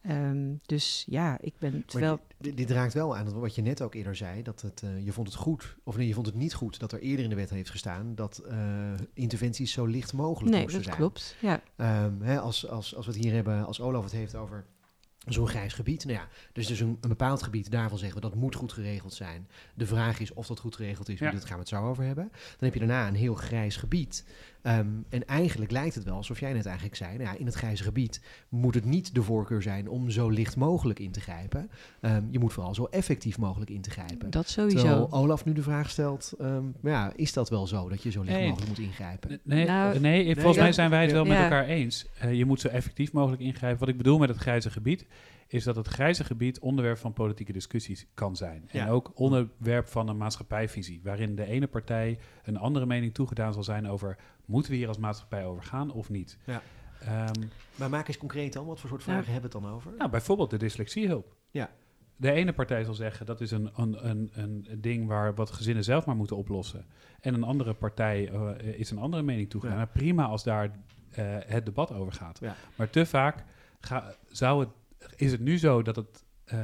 Ik ben het wel... Dit raakt wel aan wat je net ook eerder zei, dat je vond het goed, of nee, je vond het niet goed dat er eerder in de wet heeft gestaan dat interventies zo licht mogelijk moesten zijn. Nee, dat klopt, ja. Als we het hier hebben, als Olaf het heeft over zo'n grijs gebied. Nou ja, dus een bepaald gebied, daarvan zeggen we dat moet goed geregeld zijn. De vraag is of dat goed geregeld is, daar gaan we het zo over hebben. Dan heb je daarna een heel grijs gebied. En eigenlijk lijkt het wel, alsof jij net eigenlijk zei, nou ja, in het grijze gebied moet het niet de voorkeur zijn om zo licht mogelijk in te grijpen. Je moet vooral zo effectief mogelijk in te grijpen. Dat sowieso. Terwijl Olaf nu de vraag stelt, is dat wel zo, dat je zo licht mogelijk moet ingrijpen? Volgens mij zijn wij het wel met elkaar eens. Je moet zo effectief mogelijk ingrijpen. Wat ik bedoel met het grijze gebied is dat het grijze gebied onderwerp van politieke discussies kan zijn. En ook onderwerp van een maatschappijvisie, waarin de ene partij een andere mening toegedaan zal zijn over, moeten we hier als maatschappij over gaan of niet? Ja. Maar maak eens concreet dan, wat voor soort vragen hebben we het dan over? Nou, bijvoorbeeld de dyslexiehulp. Ja. De ene partij zal zeggen, dat is een ding wat gezinnen zelf maar moeten oplossen. En een andere partij is een andere mening toegedaan. Nou, prima als daar het debat over gaat. Ja. Maar te vaak is het nu zo dat het...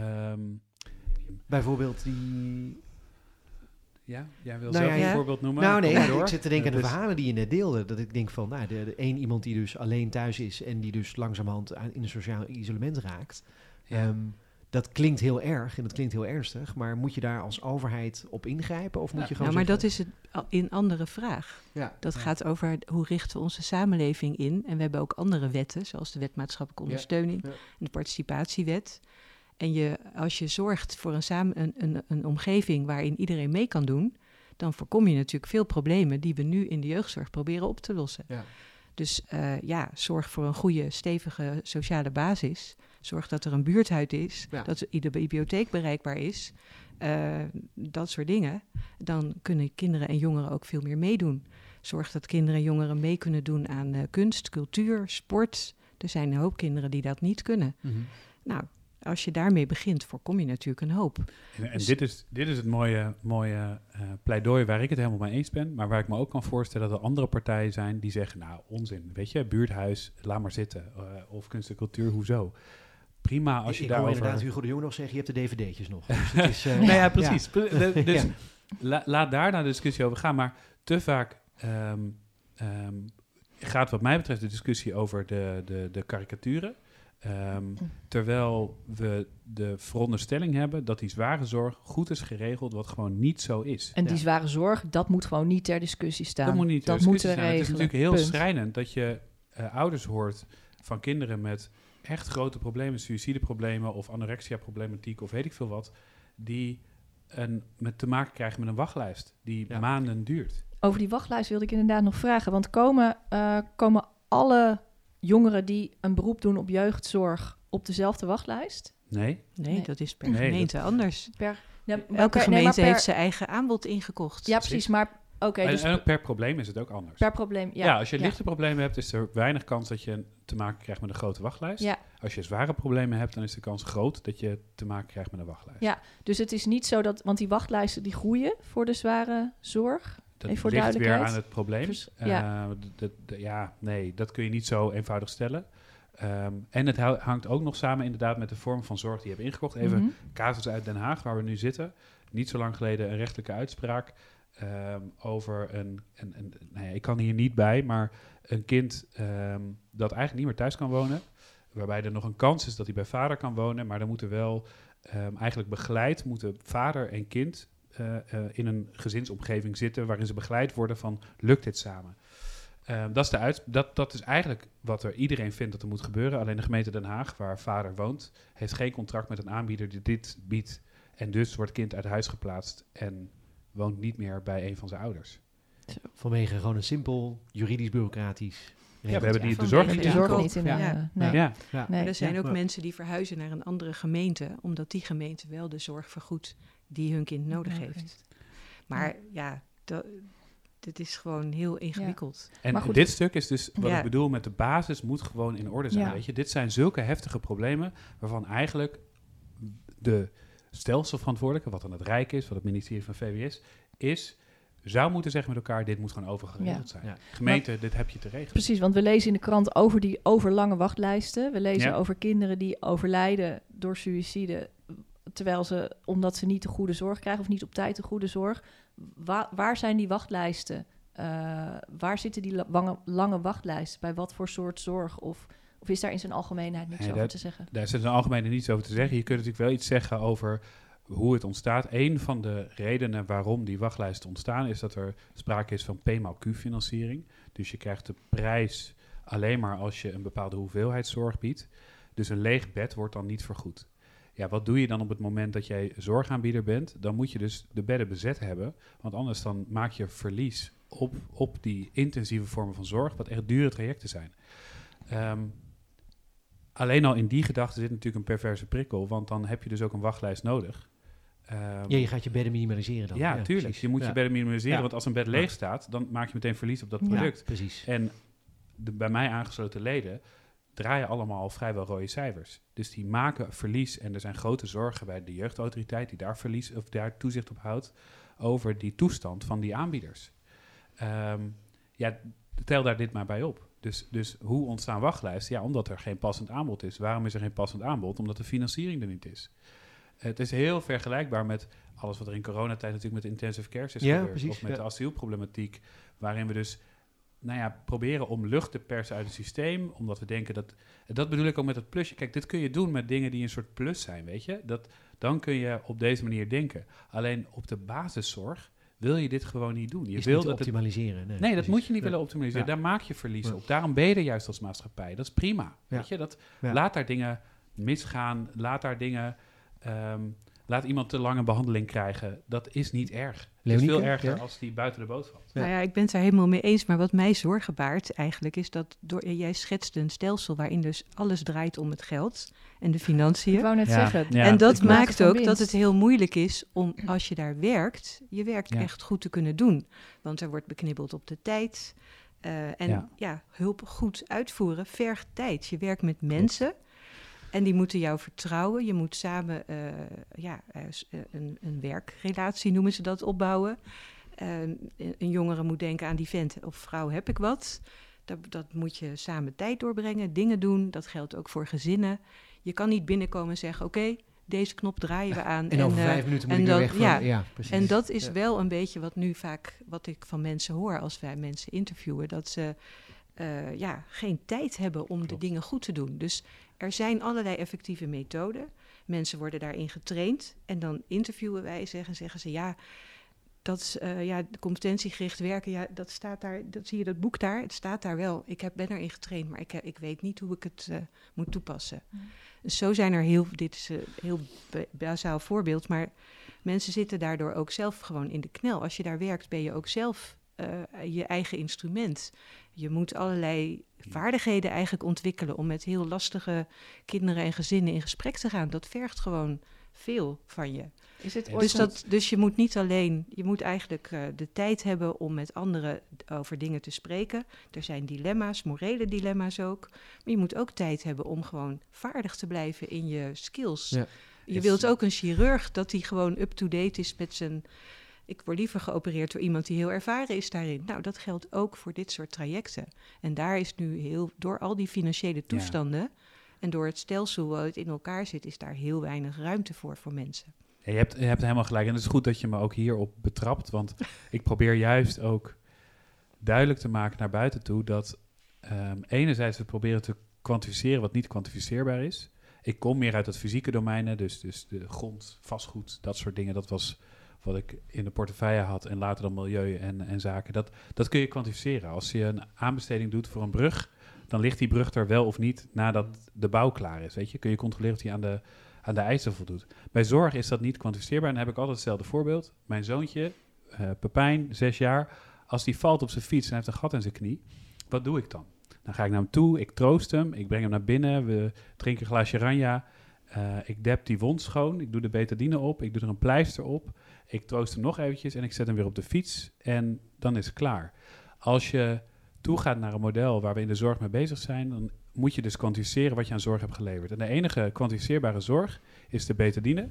Bijvoorbeeld die... Ja, jij wil zelf een voorbeeld noemen? Ik zit te denken aan de verhalen die je net deelde. Dat ik denk van, iemand die dus alleen thuis is en die dus langzamerhand in een sociaal isolement raakt. Ja. Dat klinkt heel erg en dat klinkt heel ernstig. Maar moet je daar als overheid op ingrijpen? Of moet je gewoon maar dat is een andere vraag. Ja. Dat gaat over hoe richten we onze samenleving in. En we hebben ook andere wetten, zoals de wet maatschappelijke ondersteuning en de participatiewet. En als je zorgt voor een omgeving waarin iedereen mee kan doen, dan voorkom je natuurlijk veel problemen die we nu in de jeugdzorg proberen op te lossen. Ja. Dus zorg voor een goede, stevige sociale basis. Zorg dat er een buurthuis is, dat de bibliotheek bereikbaar is. Dat soort dingen. Dan kunnen kinderen en jongeren ook veel meer meedoen. Zorg dat kinderen en jongeren mee kunnen doen aan kunst, cultuur, sport. Er zijn een hoop kinderen die dat niet kunnen. Mm-hmm. Nou, als je daarmee begint, voorkom je natuurlijk een hoop. En Dus- dit is het mooie pleidooi waar ik het helemaal mee eens ben. Maar waar ik me ook kan voorstellen dat er andere partijen zijn die zeggen, nou, onzin. Weet je, buurthuis, laat maar zitten. Of kunst en cultuur, hoezo? Prima als je ik hoor daarover... inderdaad Hugo de Jong nog zeggen, je hebt de dvd'tjes nog. Dus het is, Nou ja, precies. Dus Ja. laat daar nou de discussie over gaan. Maar te vaak gaat wat mij betreft de discussie over de karikaturen. Terwijl we de veronderstelling hebben dat die zware zorg goed is geregeld, wat gewoon niet zo is. En die Ja. zware zorg, dat moet gewoon niet ter discussie staan. Dat moet niet ter dat discussie moeten we staan. Het is regelen. natuurlijk heel Punt. schrijnend dat je ouders hoort van kinderen met echt grote problemen, suïcideproblemen of anorexia-problematiek of weet ik veel wat, die met te maken krijgen met een wachtlijst die Ja. maanden duurt. Over die wachtlijst wilde ik inderdaad nog vragen. Want komen alle jongeren die een beroep doen op jeugdzorg op dezelfde wachtlijst? Nee? Nee, Nee. dat is per Nee, gemeente anders. per- Elke gemeente heeft zijn eigen aanbod ingekocht. Ja, precies. Maar oké, dus En ook per probleem is het ook anders. per probleem. Ja, Ja, als je lichte problemen hebt, is er weinig kans dat je te maken krijgt met een grote wachtlijst. Ja. Als je zware problemen hebt, dan is de kans groot dat je te maken krijgt met een wachtlijst. Ja. Dus het is niet zo dat... Want die wachtlijsten die groeien voor de zware zorg. Dat Even voor ligt weer duidelijkheid. aan het probleem. Nee, dat kun je niet zo eenvoudig stellen. En het hangt ook nog samen inderdaad met de vorm van zorg die je hebt ingekocht. Even Mhm. casus uit Den Haag, waar we nu zitten. Niet zo lang geleden een rechtelijke uitspraak over nou ja, ik kan hier niet bij, maar een kind dat eigenlijk niet meer thuis kan wonen. Waarbij er nog een kans is dat hij bij vader kan wonen, maar dan moeten wel eigenlijk begeleid, moeten vader en kind in een gezinsomgeving zitten waarin ze begeleid worden van, lukt dit samen? Dat is eigenlijk wat iedereen vindt dat er moet gebeuren. Alleen de gemeente Den Haag, waar vader woont, heeft geen contract met een aanbieder die dit biedt. En dus wordt kind uit huis geplaatst en woont niet meer bij een van zijn ouders. Vanwege gewoon een simpel juridisch bureaucratisch. Ja, we hebben die de van zorg de niet De Ja. zorg ingekocht. niet in Ja. nee. Ja. Ja. Nee. Er zijn Ja. ook Ja. mensen die verhuizen naar een andere gemeente, omdat die gemeente wel de zorg vergoedt die hun kind nodig heeft. Maar dit is gewoon heel ingewikkeld. En Maar goed. dit stuk is dus wat Ja. ik bedoel met de basis moet gewoon in orde zijn. Ja. Weet je? Dit zijn zulke heftige problemen waarvan eigenlijk de stelselverantwoordelijke, wat dan het Rijk is, wat het ministerie van VWS zou moeten zeggen met elkaar, dit moet gewoon overgeregeld zijn. Ja. Gemeente, dit heb je te regelen. Precies, want we lezen in de krant over die overlange wachtlijsten. We lezen Ja. over kinderen die overlijden door suïcide, omdat ze niet de goede zorg krijgen of niet op tijd de goede zorg. Waar zijn die wachtlijsten? Waar zitten die lange wachtlijsten? Bij wat voor soort zorg? Of is daar in zijn algemeenheid niks Nee, over dat- te zeggen? Daar zit in het algemeen niets over te zeggen. Je kunt natuurlijk wel iets zeggen over hoe het ontstaat. Een van de redenen waarom die wachtlijsten ontstaan is dat er sprake is van P-Q-financiering. Dus je krijgt de prijs alleen maar als je een bepaalde hoeveelheid zorg biedt. Dus een leeg bed wordt dan niet vergoed. Ja, wat doe je dan op het moment dat jij zorgaanbieder bent? Dan moet je dus de bedden bezet hebben. Want anders dan maak je verlies op die intensieve vormen van zorg, wat echt dure trajecten zijn. Alleen al in die gedachte zit natuurlijk een perverse prikkel, want dan heb je dus ook een wachtlijst nodig. Ja, je gaat je bedden minimaliseren dan. Ja, tuurlijk. precies. Je moet Ja. je bedden minimaliseren, Ja. want als een bed leeg staat, dan maak je meteen verlies op dat Ja, product. precies. En de bij mij aangesloten leden draaien allemaal vrijwel rode cijfers. Dus die maken verlies en er zijn grote zorgen bij de jeugdautoriteit die daar verlies of daar toezicht op houdt over die toestand van die aanbieders. Tel daar dit maar bij op. Dus hoe ontstaan wachtlijsten? Ja, omdat er geen passend aanbod is. Waarom is er geen passend aanbod? Omdat de financiering er niet is. Het is heel vergelijkbaar met alles wat er in coronatijd natuurlijk met intensive care is Ja, gebeurd. precies, Of met ja. de asielproblematiek, waarin we dus proberen om lucht te persen uit het systeem, omdat we denken dat bedoel ik ook met het plusje. Kijk, dit kun je doen met dingen die een soort plus zijn, weet je. Dan kun je op deze manier denken. Alleen op de basiszorg wil je dit gewoon niet doen. Je Is wil niet dat het optimaliseren. Nee, dat precies. moet je niet Ja. willen optimaliseren. Ja. Daar maak je verlies Ja. op. Daarom ben je er juist als maatschappij. Dat is prima. Ja. Weet je? Ja. Laat daar dingen misgaan. Laat daar dingen... laat iemand te lange behandeling krijgen. Dat is niet erg. Het is Leonieke, veel erger ja? als die buiten de boot valt. Ja. Nou ja, ik ben het daar helemaal mee eens. Maar wat mij zorgen baart eigenlijk is dat jij schetst een stelsel waarin dus alles draait om het geld en de Ik financiën. wou net Ja. zeggen, Ja. En dat het maken maakt van ook winst. dat het heel moeilijk is om, als je daar werkt, je werk Ja. echt goed te kunnen doen. Want er wordt beknibbeld op de tijd. En Ja. hulp goed uitvoeren vergt tijd. Je werkt met mensen. En die moeten jou vertrouwen. Je moet samen een werkrelatie, noemen ze dat, opbouwen. Een jongere moet denken aan die vent of vrouw, heb ik wat? Dat moet je samen tijd doorbrengen, dingen doen. Dat geldt ook voor gezinnen. Je kan niet binnenkomen en zeggen, oké, deze knop draaien we aan. En over 5 minuten moet ik weer weg van... Ja, precies. En dat is wel een beetje wat ik van mensen hoor als wij mensen interviewen. Dat ze geen tijd hebben om de dingen goed te doen. Dus er zijn allerlei effectieve methoden. Mensen worden daarin getraind. En dan interviewen wij ze en zeggen ze... Dat is competentiegericht werken, dat staat daar, dat zie je dat boek daar, het staat daar wel. Ik ben erin getraind, maar ik weet niet hoe ik het moet toepassen. Dus zo zijn er dit is een heel bazaal voorbeeld, maar mensen zitten daardoor ook zelf gewoon in de knel. Als je daar werkt, ben je ook zelf je eigen instrument. Je moet allerlei vaardigheden eigenlijk ontwikkelen om met heel lastige kinderen en gezinnen in gesprek te gaan. Dat vergt gewoon veel van je. Is het Dus je moet niet alleen, je moet eigenlijk de tijd hebben om met anderen over dingen te spreken. Er zijn dilemma's, morele dilemma's ook. Maar je moet ook tijd hebben om gewoon vaardig te blijven in je skills. Ja. Je wilt ook een chirurg dat hij gewoon up-to-date is met zijn... Ik word liever geopereerd door iemand die heel ervaren is daarin. Nou, dat geldt ook voor dit soort trajecten. En daar is nu door al die financiële toestanden... en door het stelsel waar het in elkaar zit... is daar heel weinig ruimte voor mensen. Ja, je hebt helemaal gelijk. En het is goed dat je me ook hierop betrapt. Want ik probeer juist ook duidelijk te maken naar buiten toe... dat enerzijds we proberen te kwantificeren wat niet kwantificeerbaar is. Ik kom meer uit het fysieke domein, dus de grond, vastgoed, dat soort dingen. Dat was wat ik in de portefeuille had en later dan milieu en zaken. Dat kun je kwantificeren. Als je een aanbesteding doet voor een brug... dan ligt die brug er wel of niet nadat de bouw klaar is. Weet je? Kun je controleren of die aan de eisen voldoet. Bij zorg is dat niet kwantificeerbaar. En dan heb ik altijd hetzelfde voorbeeld. Mijn zoontje, Pepijn, 6 jaar... als die valt op zijn fiets en heeft een gat in zijn knie... wat doe ik dan? Dan ga ik naar hem toe, ik troost hem, ik breng hem naar binnen... we drinken een glaasje ranja... ik dep die wond schoon, ik doe de betadine op... ik doe er een pleister op... ik troost hem nog eventjes en ik zet hem weer op de fiets... en dan is het klaar. Als je toegaat naar een model waar we in de zorg mee bezig zijn... dan moet je dus kwantificeren wat je aan zorg hebt geleverd. En de enige kwantificeerbare zorg is de betadine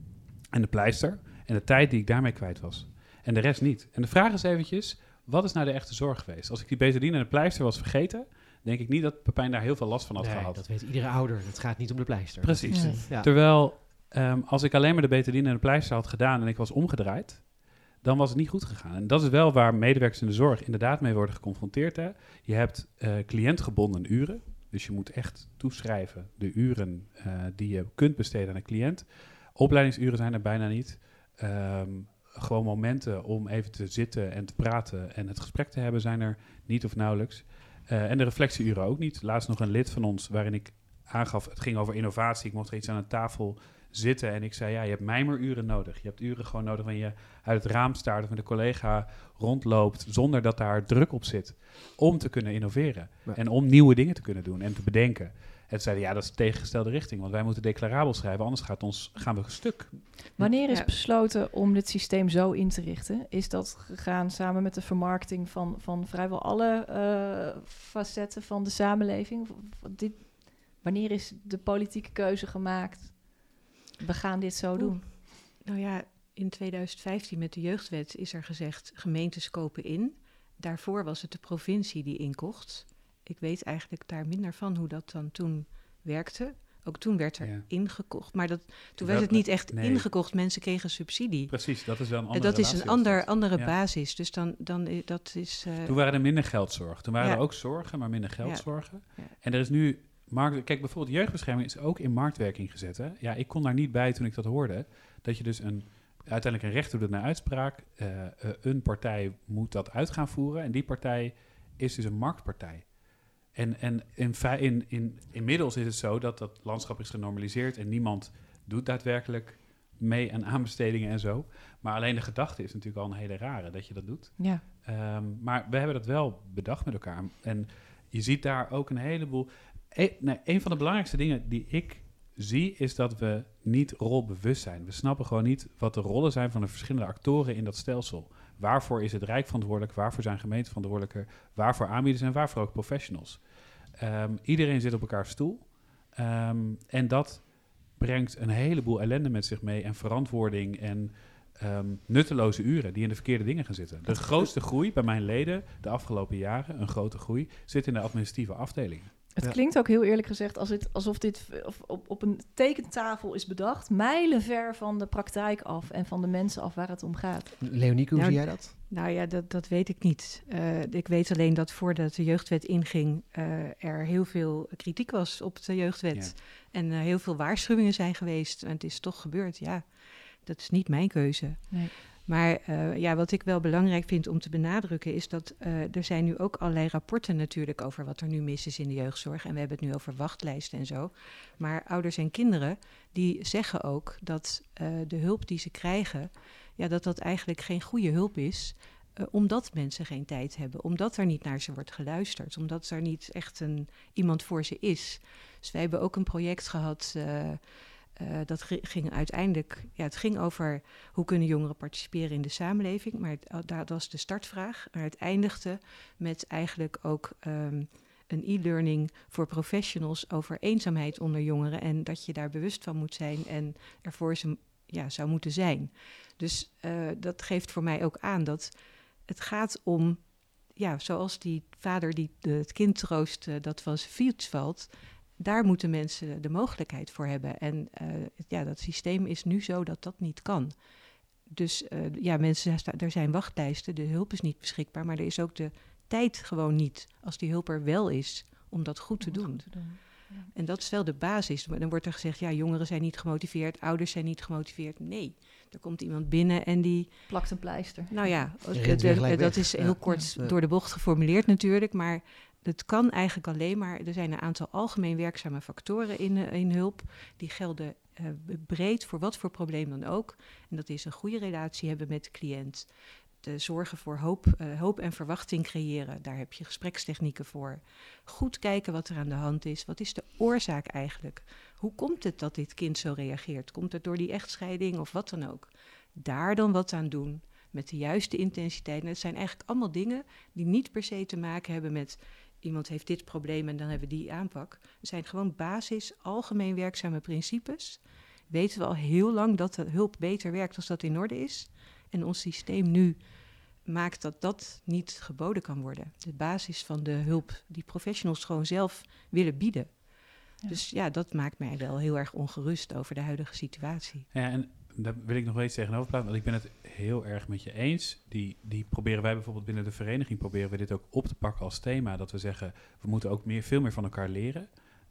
en de pleister... en de tijd die ik daarmee kwijt was. En de rest niet. En de vraag is eventjes, wat is nou de echte zorg geweest? Als ik die betadine en de pleister was vergeten... denk ik niet dat Pepijn daar heel veel last van had gehad. Dat weet iedere ouder. Het gaat niet om de pleister. Precies. Nee. Ja. Terwijl, als ik alleen maar de betadine en de pleister had gedaan... en ik was omgedraaid... dan was het niet goed gegaan. En dat is wel waar medewerkers in de zorg inderdaad mee worden geconfronteerd. Hè? Je hebt cliëntgebonden uren. Dus je moet echt toeschrijven de uren die je kunt besteden aan een cliënt. Opleidingsuren zijn er bijna niet. Gewoon momenten om even te zitten en te praten en het gesprek te hebben zijn er niet of nauwelijks. En de reflectieuren ook niet. Laatst nog een lid van ons waarin ik aangaf, het ging over innovatie. Ik mocht er iets aan een tafel zitten en ik zei, ja, je hebt mijmeruren nodig. Je hebt uren gewoon nodig wanneer je uit het raam staart of met een collega rondloopt zonder dat daar druk op zit om te kunnen innoveren. Ja. En om nieuwe dingen te kunnen doen en te bedenken. En zeiden, ja, dat is de tegengestelde richting, want wij moeten declarabel schrijven, anders gaan we stuk. Wanneer is besloten om dit systeem zo in te richten? Is dat gegaan samen met de vermarkting van vrijwel alle facetten van de samenleving? Wanneer is de politieke keuze gemaakt? We gaan dit zo doen. Nou ja, in 2015 met de jeugdwet is er gezegd, gemeentes kopen in. Daarvoor was het de provincie die inkocht. Ik weet eigenlijk daar minder van hoe dat dan toen werkte. Ook toen werd er ingekocht. Maar toen werd het niet echt ingekocht. Mensen kregen subsidie. Precies, dat is wel een andere dat is een andere basis. Dus dat is... Toen waren er minder geldzorg. Toen waren er ook zorgen, maar minder geldzorgen. Ja. En er is nu... Kijk, bijvoorbeeld jeugdbescherming is ook in marktwerking gezet. Hè? Ja, ik kon daar niet bij toen ik dat hoorde. Dat je dus uiteindelijk een rechter doet naar uitspraak. Een partij moet dat uit gaan voeren. En die partij is dus een marktpartij. En inmiddels is het zo dat dat landschap is genormaliseerd... en niemand doet daadwerkelijk mee aan aanbestedingen en zo. Maar alleen de gedachte is natuurlijk al een hele rare dat je dat doet. Ja. Maar we hebben dat wel bedacht met elkaar. En je ziet daar ook een heleboel... Een van de belangrijkste dingen die ik zie... is dat we niet rolbewust zijn. We snappen gewoon niet wat de rollen zijn van de verschillende actoren in dat stelsel. Waarvoor is het Rijk verantwoordelijk? Waarvoor zijn gemeenten verantwoordelijker? Waarvoor aanbieders en waarvoor ook professionals? Iedereen zit op elkaars stoel. En dat brengt een heleboel ellende met zich mee en verantwoording en nutteloze uren die in de verkeerde dingen gaan zitten. De grootste groei bij mijn leden de afgelopen jaren, een grote groei, zit in de administratieve afdelingen. Het klinkt ook heel eerlijk gezegd alsof dit op een tekentafel is bedacht, mijlenver van de praktijk af en van de mensen af waar het om gaat. Leonieke, hoe zie jij dat? Nou ja, dat weet ik niet. Ik weet alleen dat voordat de jeugdwet inging, er heel veel kritiek was op de jeugdwet. Ja. En heel veel waarschuwingen zijn geweest. En het is toch gebeurd, ja. Dat is niet mijn keuze. Nee. Maar wat ik wel belangrijk vind om te benadrukken is dat er zijn nu ook allerlei rapporten natuurlijk over wat er nu mis is in de jeugdzorg. En we hebben het nu over wachtlijsten en zo. Maar ouders en kinderen die zeggen ook dat de hulp die ze krijgen, dat eigenlijk geen goede hulp is. Omdat mensen geen tijd hebben, omdat er niet naar ze wordt geluisterd, omdat er niet echt iemand voor ze is. Dus wij hebben ook een project gehad. Dat ging uiteindelijk, het ging over hoe kunnen jongeren participeren in de samenleving, maar dat was de startvraag. Maar het eindigde met eigenlijk ook een e-learning voor professionals over eenzaamheid onder jongeren en dat je daar bewust van moet zijn en ervoor zou moeten zijn. Dus dat geeft voor mij ook aan dat het gaat om, zoals die vader die het kind troost dat van zijn fiets valt. Daar moeten mensen de mogelijkheid voor hebben. En dat systeem is nu zo dat dat niet kan. Dus mensen, er zijn wachtlijsten, de hulp is niet beschikbaar, maar er is ook de tijd gewoon niet, als die hulp er wel is, om dat goed te doen. Ja. En dat is wel de basis. Dan wordt er gezegd, jongeren zijn niet gemotiveerd, ouders zijn niet gemotiveerd. Nee, er komt iemand binnen en die plakt een pleister. Nou ja, dat is heel kort door de bocht geformuleerd natuurlijk, maar het kan eigenlijk alleen maar, er zijn een aantal algemeen werkzame factoren in hulp. Die gelden breed voor wat voor probleem dan ook. En dat is een goede relatie hebben met de cliënt. De zorgen voor hoop en verwachting creëren. Daar heb je gesprekstechnieken voor. Goed kijken wat er aan de hand is. Wat is de oorzaak eigenlijk? Hoe komt het dat dit kind zo reageert? Komt het door die echtscheiding of wat dan ook? Daar dan wat aan doen. Met de juiste intensiteit. En het zijn eigenlijk allemaal dingen die niet per se te maken hebben met iemand heeft dit probleem en dan hebben we die aanpak. Het zijn gewoon basis, algemeen werkzame principes. Weten we al heel lang dat de hulp beter werkt als dat in orde is. En ons systeem nu maakt dat dat niet geboden kan worden. De basis van de hulp die professionals gewoon zelf willen bieden. Ja. Dus dat maakt mij wel heel erg ongerust over de huidige situatie. Ja, en daar wil ik nog eens tegenover plaatsen, want ik ben het heel erg met je eens. Die proberen wij bijvoorbeeld binnen de vereniging, proberen we dit ook op te pakken als thema. Dat we zeggen, we moeten ook veel meer van elkaar leren.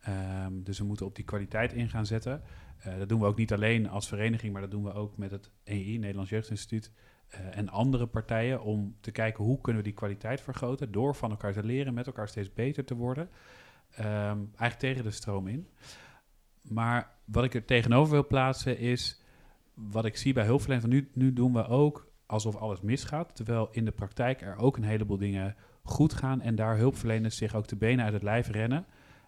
Dus we moeten op die kwaliteit in gaan zetten. Dat doen we ook niet alleen als vereniging, maar dat doen we ook met het EI, Nederlands Jeugdinstituut, en andere partijen, om te kijken hoe kunnen we die kwaliteit vergroten door van elkaar te leren, met elkaar steeds beter te worden. Eigenlijk tegen de stroom in. Maar wat ik er tegenover wil plaatsen is, wat ik zie bij hulpverleners, nu doen we ook alsof alles misgaat, terwijl in de praktijk er ook een heleboel dingen goed gaan en daar hulpverleners zich ook de benen uit het lijf rennen.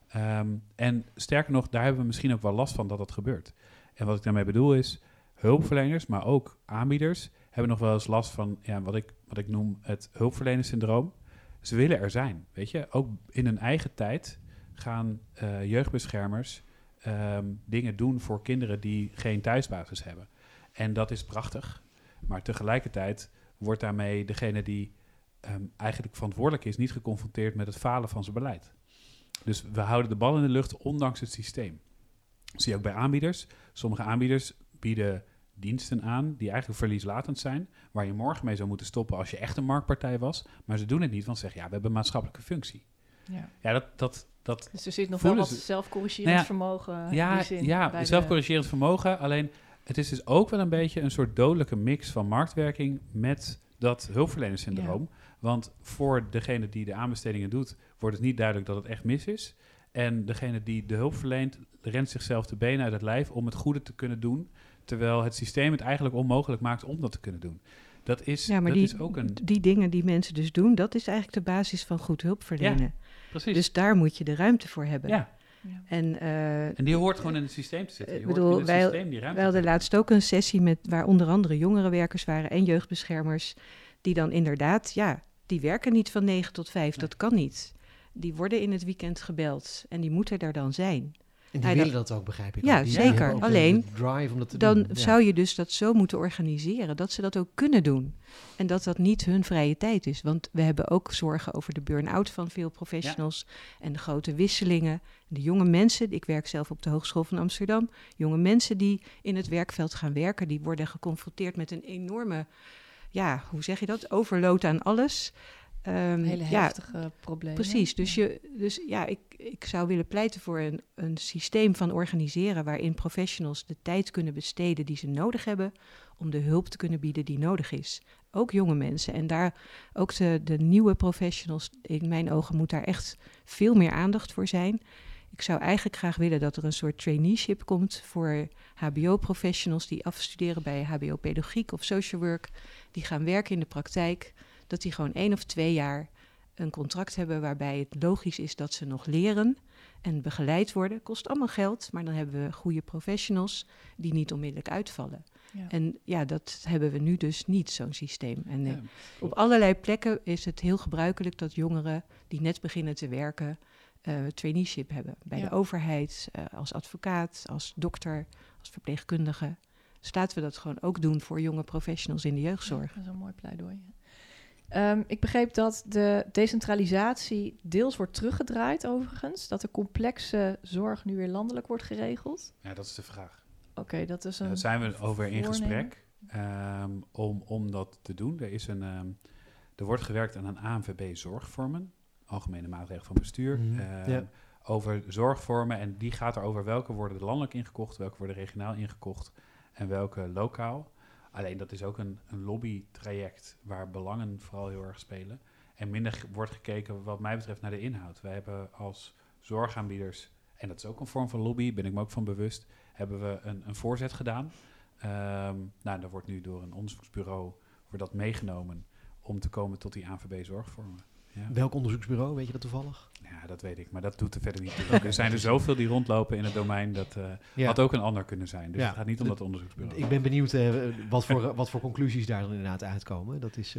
En sterker nog, daar hebben we misschien ook wel last van dat dat gebeurt. En wat ik daarmee bedoel is, hulpverleners, maar ook aanbieders, hebben nog wel eens last van wat ik noem het hulpverlenerssyndroom. Ze willen er zijn, weet je. Ook in hun eigen tijd gaan jeugdbeschermers dingen doen voor kinderen die geen thuisbasis hebben. En dat is prachtig. Maar tegelijkertijd wordt daarmee degene die eigenlijk verantwoordelijk is, niet geconfronteerd met het falen van zijn beleid. Dus we houden de bal in de lucht ondanks het systeem. Dat zie je ook bij aanbieders. Sommige aanbieders bieden diensten aan die eigenlijk verlieslatend zijn, waar je morgen mee zou moeten stoppen als je echt een marktpartij was. Maar ze doen het niet, want ze zeggen, we hebben een maatschappelijke functie. Dat dus er zit nog wel wat zelfcorrigerend vermogen in die zin. Ja, zelfcorrigerend vermogen. Alleen, het is dus ook wel een beetje een soort dodelijke mix van marktwerking met dat hulpverlenerssyndroom. Ja. Want voor degene die de aanbestedingen doet, wordt het niet duidelijk dat het echt mis is. En degene die de hulp verleent, rent zichzelf de benen uit het lijf om het goede te kunnen doen, terwijl het systeem het eigenlijk onmogelijk maakt om dat te kunnen doen. Dat is, is ook een... die dingen die mensen dus doen, dat is eigenlijk de basis van goed hulpverlenen. Ja, precies. Dus daar moet je de ruimte voor hebben. Ja. En die hoort gewoon in het systeem te zitten. Wij hadden laatst ook een sessie waar onder andere jongerenwerkers waren en jeugdbeschermers, die dan inderdaad, die werken niet van 9 tot 5, dat kan niet. Die worden in het weekend gebeld en die moeten er dan zijn. En die willen dat ook, begrijp ik. Ja, ook. Die zeker. hebben ook Alleen, de drive om dat te dan doen. Ja. zou je dus dat zo moeten organiseren dat ze dat ook kunnen doen. En dat dat niet hun vrije tijd is. Want we hebben ook zorgen over de burn-out van veel professionals en de grote wisselingen. De jonge mensen, ik werk zelf op de Hogeschool van Amsterdam, jonge mensen die in het werkveld gaan werken, die worden geconfronteerd met een enorme, hoe zeg je dat, overload aan alles. Hele heftige problemen. Precies, dus ik zou willen pleiten voor een systeem van organiseren waarin professionals de tijd kunnen besteden die ze nodig hebben om de hulp te kunnen bieden die nodig is. Ook jonge mensen en daar ook de nieuwe professionals, in mijn ogen moet daar echt veel meer aandacht voor zijn. Ik zou eigenlijk graag willen dat er een soort traineeship komt voor hbo-professionals die afstuderen bij hbo-pedagogiek of social work, die gaan werken in de praktijk, dat die gewoon 1 of 2 jaar een contract hebben waarbij het logisch is dat ze nog leren en begeleid worden. Kost allemaal geld, maar dan hebben we goede professionals die niet onmiddellijk uitvallen. Ja. En dat hebben we nu dus niet, zo'n systeem. En op allerlei plekken is het heel gebruikelijk dat jongeren die net beginnen te werken traineeship hebben. Bij de overheid, als advocaat, als dokter, als verpleegkundige. Dus laten we dat gewoon ook doen voor jonge professionals in de jeugdzorg. Dat is een mooi pleidooi. Ik begreep dat de decentralisatie deels wordt teruggedraaid overigens. Dat de complexe zorg nu weer landelijk wordt geregeld. Ja, dat is de vraag. Oké, dat is Daar zijn we over in gesprek om dat te doen. Er wordt gewerkt aan een ANVB-zorgvormen, algemene maatregelen van bestuur, over zorgvormen. En die gaat erover welke worden landelijk ingekocht, welke worden regionaal ingekocht en welke lokaal. Alleen dat is ook een lobbytraject waar belangen vooral heel erg spelen. En minder wordt gekeken wat mij betreft naar de inhoud. Wij hebben als zorgaanbieders, en dat is ook een vorm van lobby, ben ik me ook van bewust, hebben we een voorzet gedaan. Daar wordt nu door een onderzoeksbureau dat meegenomen om te komen tot die ANVB-zorgvormen. Ja. Welk onderzoeksbureau, weet je dat toevallig? Ja, dat weet ik, maar dat doet er verder niet toe. Er zijn er zoveel die rondlopen in het domein, dat had ook een ander kunnen zijn. Dus het gaat niet om dat onderzoeksbureau. Ik ben benieuwd wat voor conclusies daar dan inderdaad uitkomen. Dat is,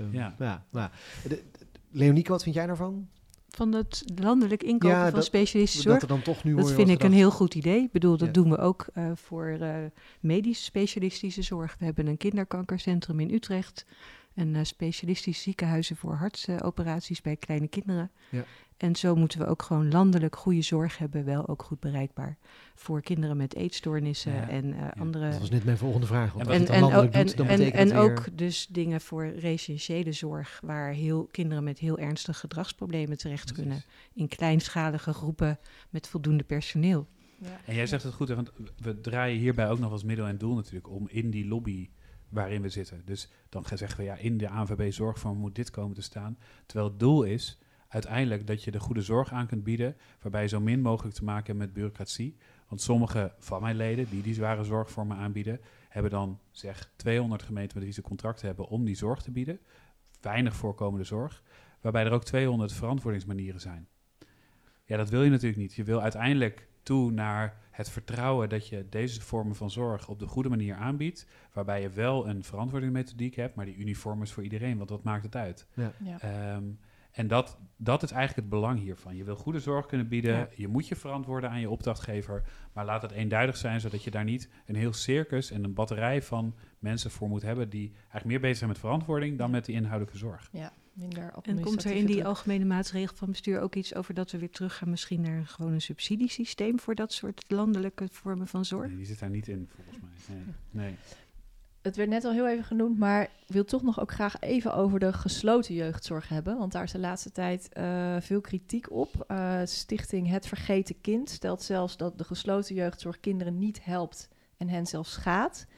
Leonieke, wat vind jij daarvan? Van het landelijk inkopen van specialistische zorg? Dat er dan toch nu dat vind ik een heel goed idee. Ik bedoel, dat doen we ook voor medische specialistische zorg. We hebben een kinderkankercentrum in Utrecht. En specialistische ziekenhuizen voor hartoperaties bij kleine kinderen. Ja. En zo moeten we ook gewoon landelijk goede zorg hebben, wel ook goed bereikbaar. Voor kinderen met eetstoornissen en andere... Dat was net mijn volgende vraag. Want als je het dan landelijk doet, dan betekent het weer... ook dus dingen voor residentiële zorg, waar kinderen met heel ernstige gedragsproblemen terecht kunnen. In kleinschalige groepen met voldoende personeel. Ja. En jij zegt het goed, hè, want we draaien hierbij ook nog als middel en doel natuurlijk om in die lobby waarin we zitten. Dus dan zeggen we, in de ANVB-zorgvorm moet dit komen te staan. Terwijl het doel is uiteindelijk dat je de goede zorg aan kunt bieden, waarbij je zo min mogelijk te maken hebt met bureaucratie. Want sommige van mijn leden die zware zorgvormen aanbieden, hebben dan 200 gemeenten met wie ze contracten hebben om die zorg te bieden. Weinig voorkomende zorg, waarbij er ook 200 verantwoordingsmanieren zijn. Ja, dat wil je natuurlijk niet. Je wil uiteindelijk toe naar het vertrouwen dat je deze vormen van zorg op de goede manier aanbiedt, waarbij je wel een verantwoordingsmethodiek hebt, maar die uniform is voor iedereen, want dat maakt het uit. Ja. En dat is eigenlijk het belang hiervan. Je wil goede zorg kunnen bieden, je moet je verantwoorden aan je opdrachtgever, maar laat het eenduidig zijn, zodat je daar niet een heel circus en een batterij van mensen voor moet hebben die eigenlijk meer bezig zijn met verantwoording dan met die inhoudelijke zorg. Ja. En komt er in die algemene maatregel van bestuur ook iets over dat we weer terug gaan misschien naar gewoon een subsidiesysteem voor dat soort landelijke vormen van zorg? Nee, die zit daar niet in, volgens mij. Nee. Het werd net al heel even genoemd, maar ik wil toch nog ook graag even over de gesloten jeugdzorg hebben. Want daar is de laatste tijd veel kritiek op. Stichting Het Vergeten Kind stelt zelfs dat de gesloten jeugdzorg kinderen niet helpt en hen zelfs schaadt.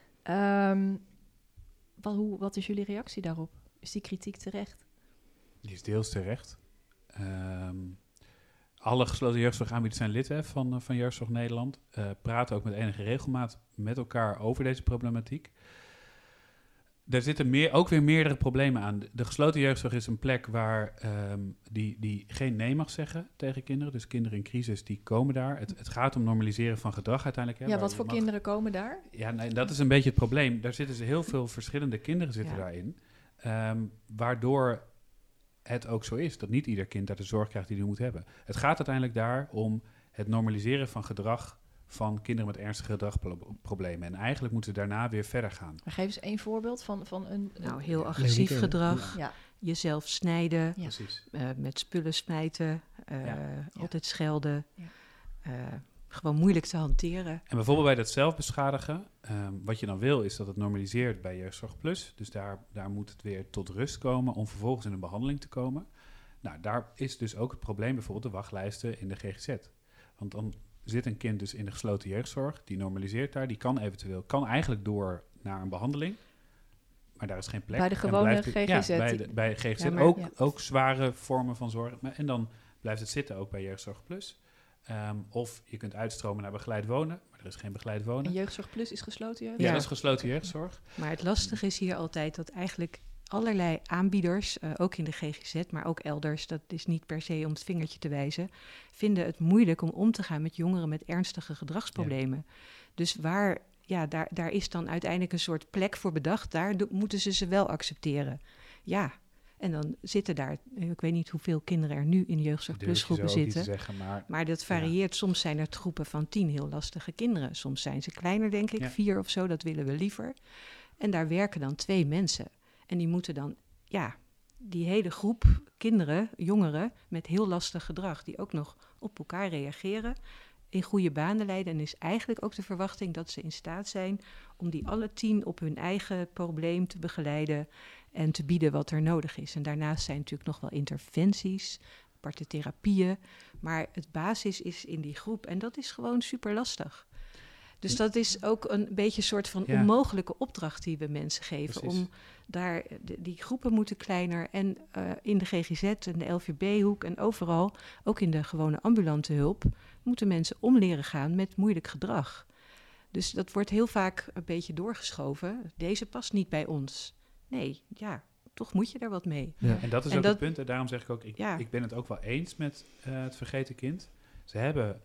Wat is jullie reactie daarop? Is die kritiek terecht? Die is deels terecht. Alle gesloten jeugdzorgaanbieders zijn lid van Jeugdzorg Nederland. Praten ook met enige regelmaat met elkaar over deze problematiek. Er zitten ook weer meerdere problemen aan. De gesloten jeugdzorg is een plek waar die geen nee mag zeggen tegen kinderen. Dus kinderen in crisis, die komen daar. Het gaat om normaliseren van gedrag uiteindelijk. Hè, wat voor kinderen komen daar? Ja, dat is een beetje het probleem. Daar zitten heel veel verschillende kinderen daarin. Waardoor het ook zo is dat niet ieder kind daar de zorg krijgt die hij moet hebben. Het gaat uiteindelijk daar om het normaliseren van gedrag van kinderen met ernstige gedragsproblemen. En eigenlijk moeten ze daarna weer verder gaan. Maar geef eens één voorbeeld van een... Nou, heel agressief Leuk, gedrag, Ja. jezelf snijden, Ja. Precies. met spullen smijten, Ja. altijd schelden, Ja. gewoon moeilijk te hanteren. En bijvoorbeeld bij dat zelfbeschadigen, wat je dan wil is dat het normaliseert bij Jeugdzorg Plus. Dus daar moet het weer tot rust komen om vervolgens in een behandeling te komen. Nou, daar is dus ook het probleem bijvoorbeeld de wachtlijsten in de GGZ. Want dan zit een kind dus in de gesloten jeugdzorg, die normaliseert daar, die kan eigenlijk door naar een behandeling, maar daar is geen plek. Bij de En gewone blijft GGZ. bij GGZ Ja, maar- ook zware vormen van zorg. En dan blijft het zitten ook bij Jeugdzorg Plus. Of je kunt uitstromen naar begeleid wonen, maar er is geen begeleid wonen. En Jeugdzorg Plus is gesloten Ja, jeugdzorg? dat is gesloten jeugdzorg. Maar het lastige is hier altijd dat eigenlijk allerlei aanbieders, ook in de GGZ, maar ook elders, dat is niet per se om het vingertje te wijzen, vinden het moeilijk om te gaan met jongeren met ernstige gedragsproblemen. Dus daar is dan uiteindelijk een soort plek voor bedacht, daar moeten ze wel accepteren. Ja, en dan zitten daar, ik weet niet hoeveel kinderen er nu in de Jeugdzorg Durf Plus je zo groepen ook niet te zitten. zeggen, maar Maar dat varieert. Soms zijn er groepen van 10 heel lastige kinderen. Soms zijn ze kleiner, denk ik, Ja. 4 of zo, dat willen we liever. En daar werken dan 2 mensen. En die moeten dan, die hele groep kinderen, jongeren met heel lastig gedrag, die ook nog op elkaar reageren, in goede banen leiden. En is eigenlijk ook de verwachting dat ze in staat zijn om die alle 10 op hun eigen probleem te begeleiden en te bieden wat er nodig is. En daarnaast zijn natuurlijk nog wel interventies, aparte therapieën, maar het basis is in die groep. En dat is gewoon super lastig. Dus dat is ook een beetje een soort van Ja. onmogelijke opdracht die we mensen geven. Precies. Om daar, die groepen moeten kleiner. En in de GGZ en de LVB-hoek en overal, ook in de gewone ambulante hulp, moeten mensen om leren gaan met moeilijk gedrag. Dus dat wordt heel vaak een beetje doorgeschoven. Deze past niet bij ons. Nee, toch moet je er wat mee. Ja. En dat is En ook dat- het punt. En daarom zeg ik ook, ik ben het ook wel eens met het vergeten kind. Ze hebben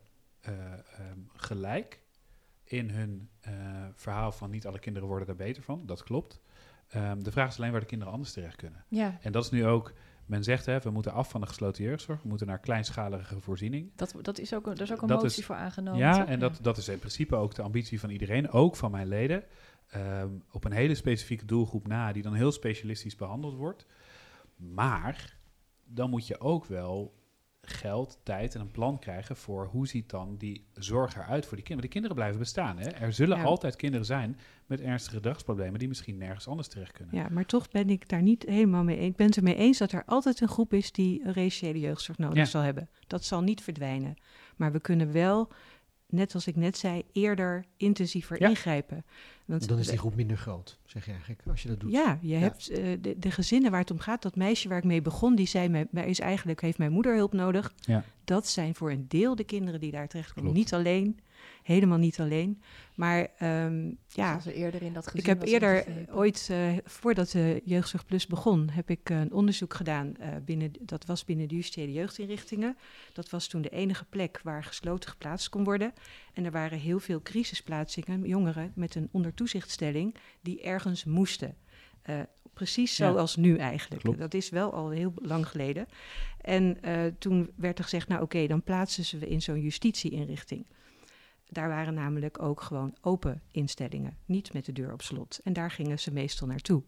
gelijk in hun verhaal van niet alle kinderen worden daar beter van. Dat klopt. De vraag is alleen waar de kinderen anders terecht kunnen. Ja, En dat is nu ook, men zegt we moeten af van de gesloten jeugdzorg. We moeten naar kleinschalige voorziening. dat is ook een Dat motie is- voor aangenomen. Ja, toch? en dat is in principe ook de ambitie van iedereen, ook van mijn leden. Op een hele specifieke doelgroep na, die dan heel specialistisch behandeld wordt. Maar dan moet je ook wel geld, tijd en een plan krijgen voor hoe ziet dan die zorg eruit voor die kinderen. Die kinderen blijven bestaan. Hè? Er zullen Ja. altijd kinderen zijn met ernstige gedragsproblemen die misschien nergens anders terecht kunnen. Ja, maar toch ben ik daar niet helemaal mee eens. Ik ben het ermee eens dat er altijd een groep is die een reïnitiële jeugdzorg nodig Ja. zal hebben. Dat zal niet verdwijnen. Maar we kunnen wel, net als ik net zei, eerder intensiever Ja. ingrijpen. Want Dan is die groep minder groot, zeg je eigenlijk, als je dat doet. ja, je hebt de gezinnen waar het om gaat. Dat meisje waar ik mee begon, die zei, heeft mijn moeder hulp nodig. Ja. Dat zijn voor een deel de kinderen die daar terechtkomen. Klopt. Niet alleen, helemaal niet alleen. Maar Als er eerder in dat gezin ik heb was eerder ingegrepen. ooit, voordat de Jeugdzorg Plus begon, heb ik een onderzoek gedaan. Dat was binnen de justitiële jeugdinrichtingen. Dat was toen de enige plek waar gesloten geplaatst kon worden. En er waren heel veel crisisplaatsingen, jongeren met een ondertoezichtstelling, die ergens moesten. Precies Ja. zoals nu eigenlijk. Klopt. Dat is wel al heel lang geleden. En toen werd er gezegd, nou oké, dan plaatsen ze we in zo'n justitieinrichting. Daar waren namelijk ook gewoon open instellingen, niet met de deur op slot. En daar gingen ze meestal naartoe.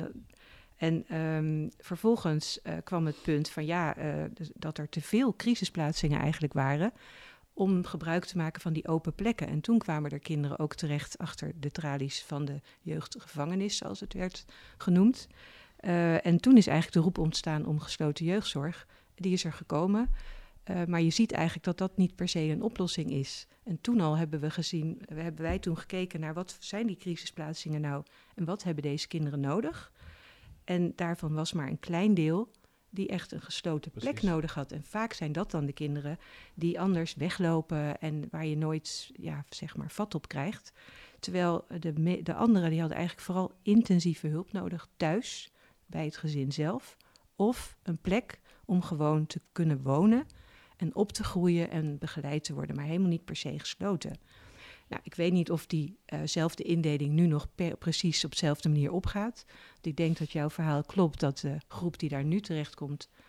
En vervolgens kwam het punt van dat er te veel crisisplaatsingen eigenlijk waren om gebruik te maken van die open plekken. En toen kwamen er kinderen ook terecht achter de tralies van de jeugdgevangenis, zoals het werd genoemd. En toen is eigenlijk de roep ontstaan om gesloten jeugdzorg. Die is er gekomen. Maar je ziet eigenlijk dat dat niet per se een oplossing is. En toen al hebben wij toen gekeken naar wat zijn die crisisplaatsingen nou en wat hebben deze kinderen nodig. En daarvan was maar een klein deel die echt een gesloten plek Precies. nodig had. En vaak zijn dat dan de kinderen die anders weglopen en waar je nooit vat op krijgt. Terwijl de anderen die hadden eigenlijk vooral intensieve hulp nodig thuis, bij het gezin zelf. Of een plek om gewoon te kunnen wonen en op te groeien en begeleid te worden, maar helemaal niet per se gesloten. Nou, ik weet niet of diezelfde indeling nu nog precies op dezelfde manier opgaat. Want ik denk dat jouw verhaal klopt, dat de groep die daar nu terecht komt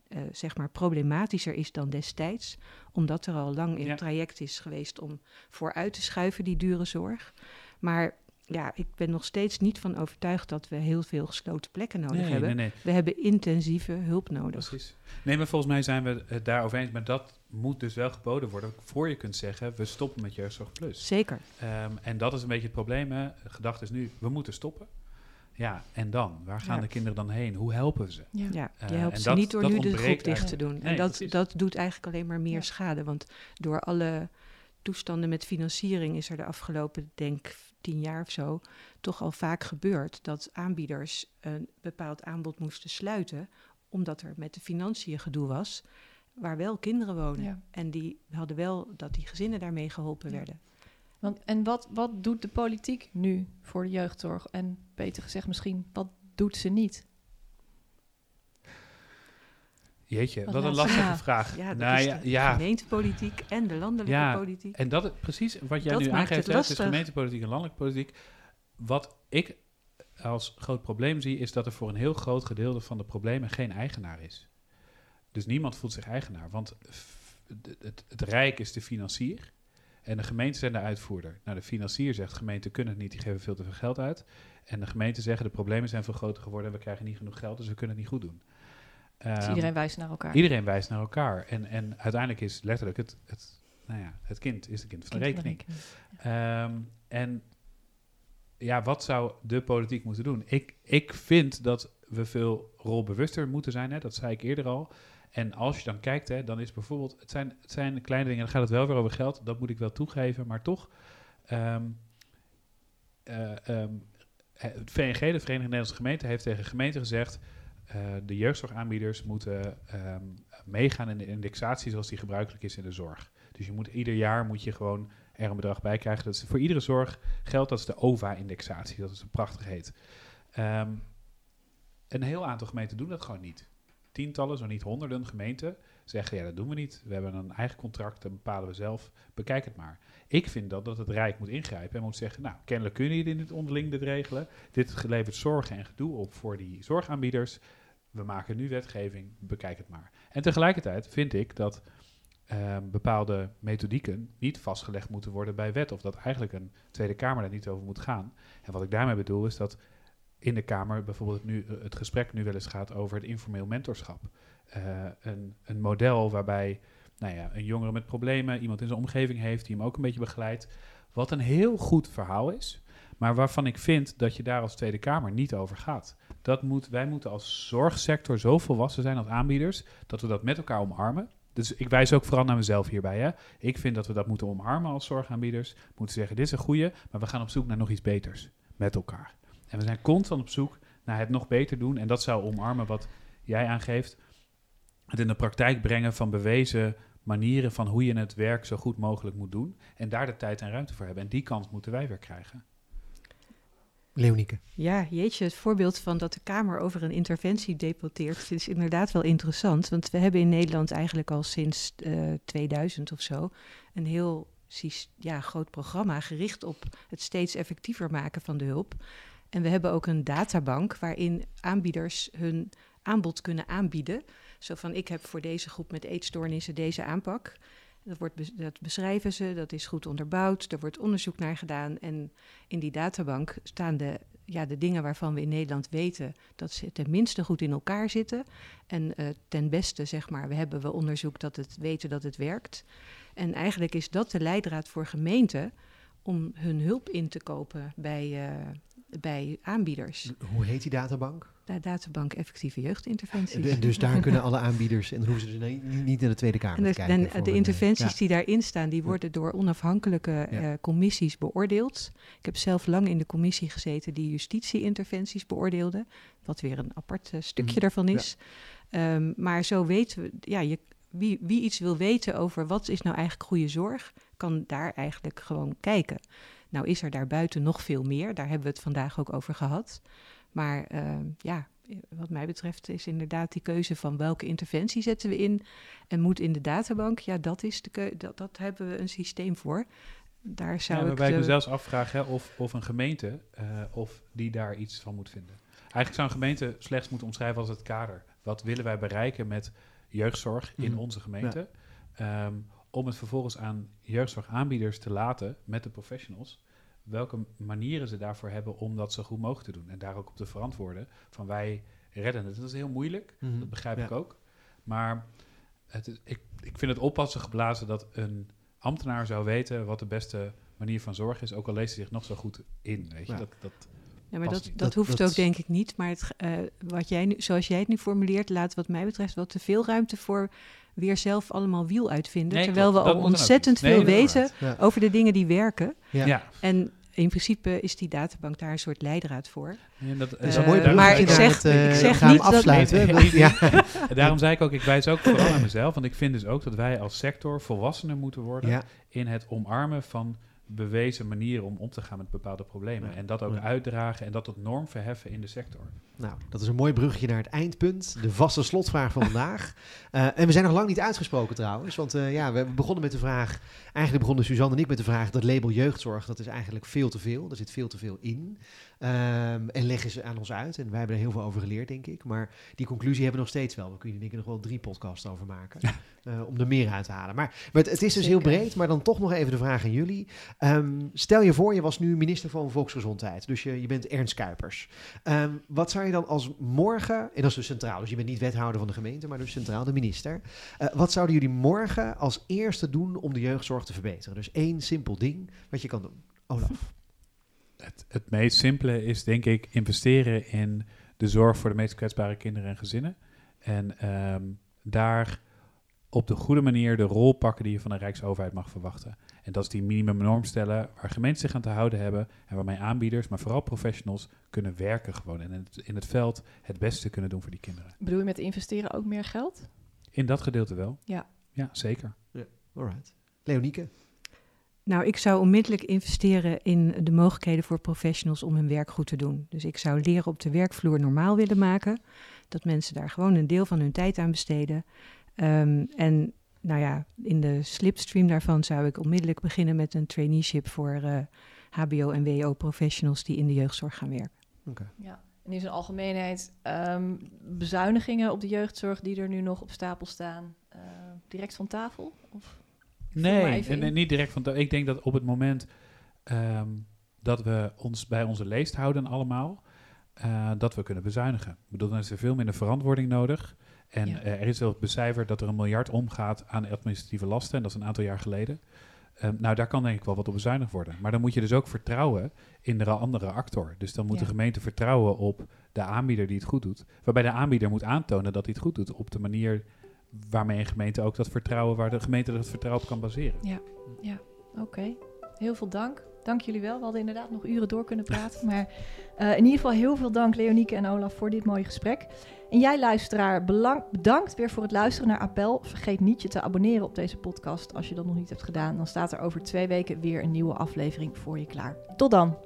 zeg maar problematischer is dan destijds, omdat er al lang in Ja. het traject is geweest om vooruit te schuiven, die dure zorg. Maar ja, ik ben nog steeds niet van overtuigd dat we heel veel gesloten plekken nodig hebben. Nee. We hebben intensieve hulp nodig. Precies. Nee, maar volgens mij zijn we het daarover eens. Maar dat moet dus wel geboden worden voor je kunt zeggen, we stoppen met Jeugdzorg Plus. Zeker. En dat is een beetje het probleem. Hè. De gedachte is nu, we moeten stoppen. Ja, en dan? Waar gaan de kinderen dan heen? Hoe helpen we ze? Ja. Ja, je en helpt ze dat- niet door dat nu de ontbreekt groep dicht te eigenlijk. doen. Nee, En precies. dat doet eigenlijk alleen maar meer Ja. schade. Want door alle toestanden met financiering is er de afgelopen, denk 10 jaar of zo, toch al vaak gebeurd dat aanbieders een bepaald aanbod moesten sluiten, omdat er met de financiën gedoe was, waar wel kinderen wonen. Ja. En die hadden wel dat die gezinnen daarmee geholpen Ja. werden. En wat doet de politiek nu voor de jeugdzorg? En beter gezegd misschien, wat doet ze niet? Jeetje, Wat wat een laat ze lastige na? vraag. Ja, dat Nou is ja, de ja. gemeentepolitiek en de landelijke Ja, politiek. En dat, precies wat jij Dat nu maakt aangeeft, het hè, het is lastig. gemeentepolitiek en landelijke politiek. Wat ik als groot probleem zie, is dat er voor een heel groot gedeelte van de problemen geen eigenaar is. Dus niemand voelt zich eigenaar, want het Rijk is de financier en de gemeenten zijn de uitvoerder. Nou, de financier zegt, gemeenten kunnen het niet, die geven veel te veel geld uit. En de gemeenten zeggen, de problemen zijn veel groter geworden en we krijgen niet genoeg geld, dus we kunnen het niet goed doen. Dus iedereen wijst naar elkaar. Iedereen wijst naar elkaar. En uiteindelijk is letterlijk het kind is de kind van de Kind van rekening. En ja, wat zou de politiek moeten doen? Ik vind dat we veel rolbewuster moeten zijn. Hè? Dat zei ik eerder al. En als je dan kijkt, hè, dan is bijvoorbeeld... Het zijn kleine dingen, dan gaat het wel weer over geld. Dat moet ik wel toegeven. Maar toch... het VNG, de Vereniging Nederlandse Gemeenten, heeft tegen gemeenten gezegd... de jeugdzorgaanbieders moeten meegaan in de indexatie zoals die gebruikelijk is in de zorg. Dus ieder jaar moet je gewoon er een bedrag bij krijgen. Dat is voor iedere zorg geldt, dat is de OVA-indexatie. Dat is een prachtig heet. Een heel aantal gemeenten doen dat gewoon niet. Tientallen, zo niet honderden gemeenten zeggen, ja, dat doen we niet. We hebben een eigen contract, dat bepalen we zelf. Bekijk het maar. Ik vind dat het Rijk moet ingrijpen en moet zeggen, nou, kennelijk kunnen jullie in het onderling dit regelen. Dit levert zorgen en gedoe op voor die zorgaanbieders. We maken nu wetgeving, bekijk het maar. En tegelijkertijd vind ik dat bepaalde methodieken niet vastgelegd moeten worden bij wet. Of dat eigenlijk een Tweede Kamer daar niet over moet gaan. En wat ik daarmee bedoel is dat in de Kamer bijvoorbeeld het gesprek nu wel eens gaat over het informeel mentorschap. Een model waarbij een jongere met problemen, iemand in zijn omgeving heeft die hem ook een beetje begeleidt. Wat een heel goed verhaal is, maar waarvan ik vind dat je daar als Tweede Kamer niet over gaat. Wij moeten als zorgsector zo volwassen zijn als aanbieders, dat we dat met elkaar omarmen. Dus ik wijs ook vooral naar mezelf hierbij. Hè. Ik vind dat we dat moeten omarmen als zorgaanbieders. We moeten zeggen, dit is een goeie, maar we gaan op zoek naar nog iets beters met elkaar. En we zijn constant op zoek naar het nog beter doen. En dat zou omarmen wat jij aangeeft. Het in de praktijk brengen van bewezen manieren van hoe je het werk zo goed mogelijk moet doen. En daar de tijd en ruimte voor hebben. En die kans moeten wij weer krijgen. Leonieke. Ja, jeetje, het voorbeeld van dat de Kamer over een interventie debatteert is inderdaad wel interessant. Want we hebben in Nederland eigenlijk al sinds 2000 of zo een heel groot programma gericht op het steeds effectiever maken van de hulp. En we hebben ook een databank waarin aanbieders hun aanbod kunnen aanbieden. Zo van, ik heb voor deze groep met eetstoornissen deze aanpak. Dat beschrijven ze, dat is goed onderbouwd, er wordt onderzoek naar gedaan. En in die databank staan de dingen waarvan we in Nederland weten dat ze tenminste goed in elkaar zitten. En ten beste, zeg maar, we onderzoek weten dat het werkt. En eigenlijk is dat de leidraad voor gemeenten om hun hulp in te kopen bij aanbieders. Hoe heet die databank? De databank effectieve jeugdinterventies. En dus daar kunnen alle aanbieders, en dan hoeven ze dus niet in de Tweede Kamer te kijken. En de interventies die daarin staan, die worden door onafhankelijke commissies beoordeeld. Ik heb zelf lang in de commissie gezeten die justitie-interventies beoordeelde, wat weer een apart stukje daarvan is. Ja. Maar zo weten we, wie iets wil weten over wat is nou eigenlijk goede zorg, kan daar eigenlijk gewoon kijken. Nou is er daarbuiten nog veel meer, daar hebben we het vandaag ook over gehad. Maar wat mij betreft is inderdaad die keuze van welke interventie zetten we in en moet in de databank. Ja, dat is dat hebben we een systeem voor. Daar zou waarbij ik me zelfs afvraag of een gemeente of die daar iets van moet vinden. Eigenlijk zou een gemeente slechts moeten omschrijven als het kader. Wat willen wij bereiken met jeugdzorg in onze gemeente. Om het vervolgens aan jeugdzorgaanbieders te laten met de professionals welke manieren ze daarvoor hebben om dat zo goed mogelijk te doen. En daar ook op te verantwoorden van wij redden het. Dat is heel moeilijk, dat begrijp ik ook. Maar ik vind het oppassen geblazen dat een ambtenaar zou weten wat de beste manier van zorg is, ook al leest hij zich nog zo goed in. Weet je? Ja, maar dat hoeft ook denk ik niet. Maar zoals jij het nu formuleert, laat wat mij betreft wel te veel ruimte voor weer zelf allemaal wiel uitvinden. Nee, terwijl klopt, we al ontzettend veel weten over de dingen die werken. Ja. En in principe is die databank daar een soort leidraad voor. En dat is een mooi maar ik zeg ga niet hem afsluiten. Daarom zei ik ook, ik wijs ook vooral aan mezelf. Want ik vind dus ook dat wij als sector volwassener moeten worden in het omarmen van bewezen manieren om te gaan met bepaalde problemen. En dat ook uitdragen en dat tot norm verheffen in de sector. Nou, dat is een mooi bruggetje naar het eindpunt. De vaste slotvraag van vandaag. En we zijn nog lang niet uitgesproken trouwens. Want we begonnen met de vraag. Eigenlijk begonnen Suzanne en ik met de vraag. Dat label jeugdzorg, dat is eigenlijk veel te veel. Er zit veel te veel in. En leggen ze aan ons uit. En wij hebben er heel veel over geleerd, denk ik. Maar die conclusie hebben we nog steeds wel. We kunnen denk ik nog wel 3 podcasts over maken. Om er meer uit te halen. Maar het is dus heel breed. Maar dan toch nog even de vraag aan jullie. Stel je voor, je was nu minister van Volksgezondheid. Dus je bent Ernst Kuipers. Wat zou je dan als morgen, en dat is dus centraal, dus je bent niet wethouder van de gemeente, maar dus centraal de minister. Wat zouden jullie morgen als eerste doen om de jeugdzorg te verbeteren? Dus 1 simpel ding wat je kan doen. Olaf. Het meest simpele is denk ik investeren in de zorg voor de meest kwetsbare kinderen en gezinnen. En daar op de goede manier de rol pakken die je van de Rijksoverheid mag verwachten. En dat is die minimumnorm stellen waar gemeenten zich aan te houden hebben en waarmee aanbieders, maar vooral professionals, kunnen werken gewoon. En in het veld het beste kunnen doen voor die kinderen. Bedoel je met investeren ook meer geld? In dat gedeelte wel. Ja. Ja, zeker. Alright. Leonieke? Nou, ik zou onmiddellijk investeren in de mogelijkheden voor professionals om hun werk goed te doen. Dus ik zou leren op de werkvloer normaal willen maken. Dat mensen daar gewoon een deel van hun tijd aan besteden. En nou ja, in de slipstream daarvan zou ik onmiddellijk beginnen met een traineeship voor HBO- en WO-professionals die in de jeugdzorg gaan werken. Okay. Ja, en in zijn algemeenheid bezuinigingen op de jeugdzorg die er nu nog op stapel staan, direct van tafel? Of? Nee, niet direct van tafel. Ik denk dat op het moment dat we ons bij onze leest houden allemaal, dat we kunnen bezuinigen. Ik bedoel, dan is er veel minder verantwoording nodig. En er is wel becijferd dat er 1 miljard omgaat aan administratieve lasten. En dat is een aantal jaar geleden. Nou, daar kan denk ik wel wat op bezuinigd worden. Maar dan moet je dus ook vertrouwen in de andere actor. Dus dan moet de gemeente vertrouwen op de aanbieder die het goed doet. Waarbij de aanbieder moet aantonen dat hij het goed doet. Op de manier waarmee een gemeente ook dat vertrouwen, waar de gemeente dat vertrouwen op kan baseren. Ja. Oké. Heel veel dank. Dank jullie wel. We hadden inderdaad nog uren door kunnen praten. Maar in ieder geval heel veel dank Leonieke en Olaf voor dit mooie gesprek. En jij luisteraar, bedankt weer voor het luisteren naar Appel. Vergeet niet je te abonneren op deze podcast. Als je dat nog niet hebt gedaan, dan staat er over 2 weken weer een nieuwe aflevering voor je klaar. Tot dan!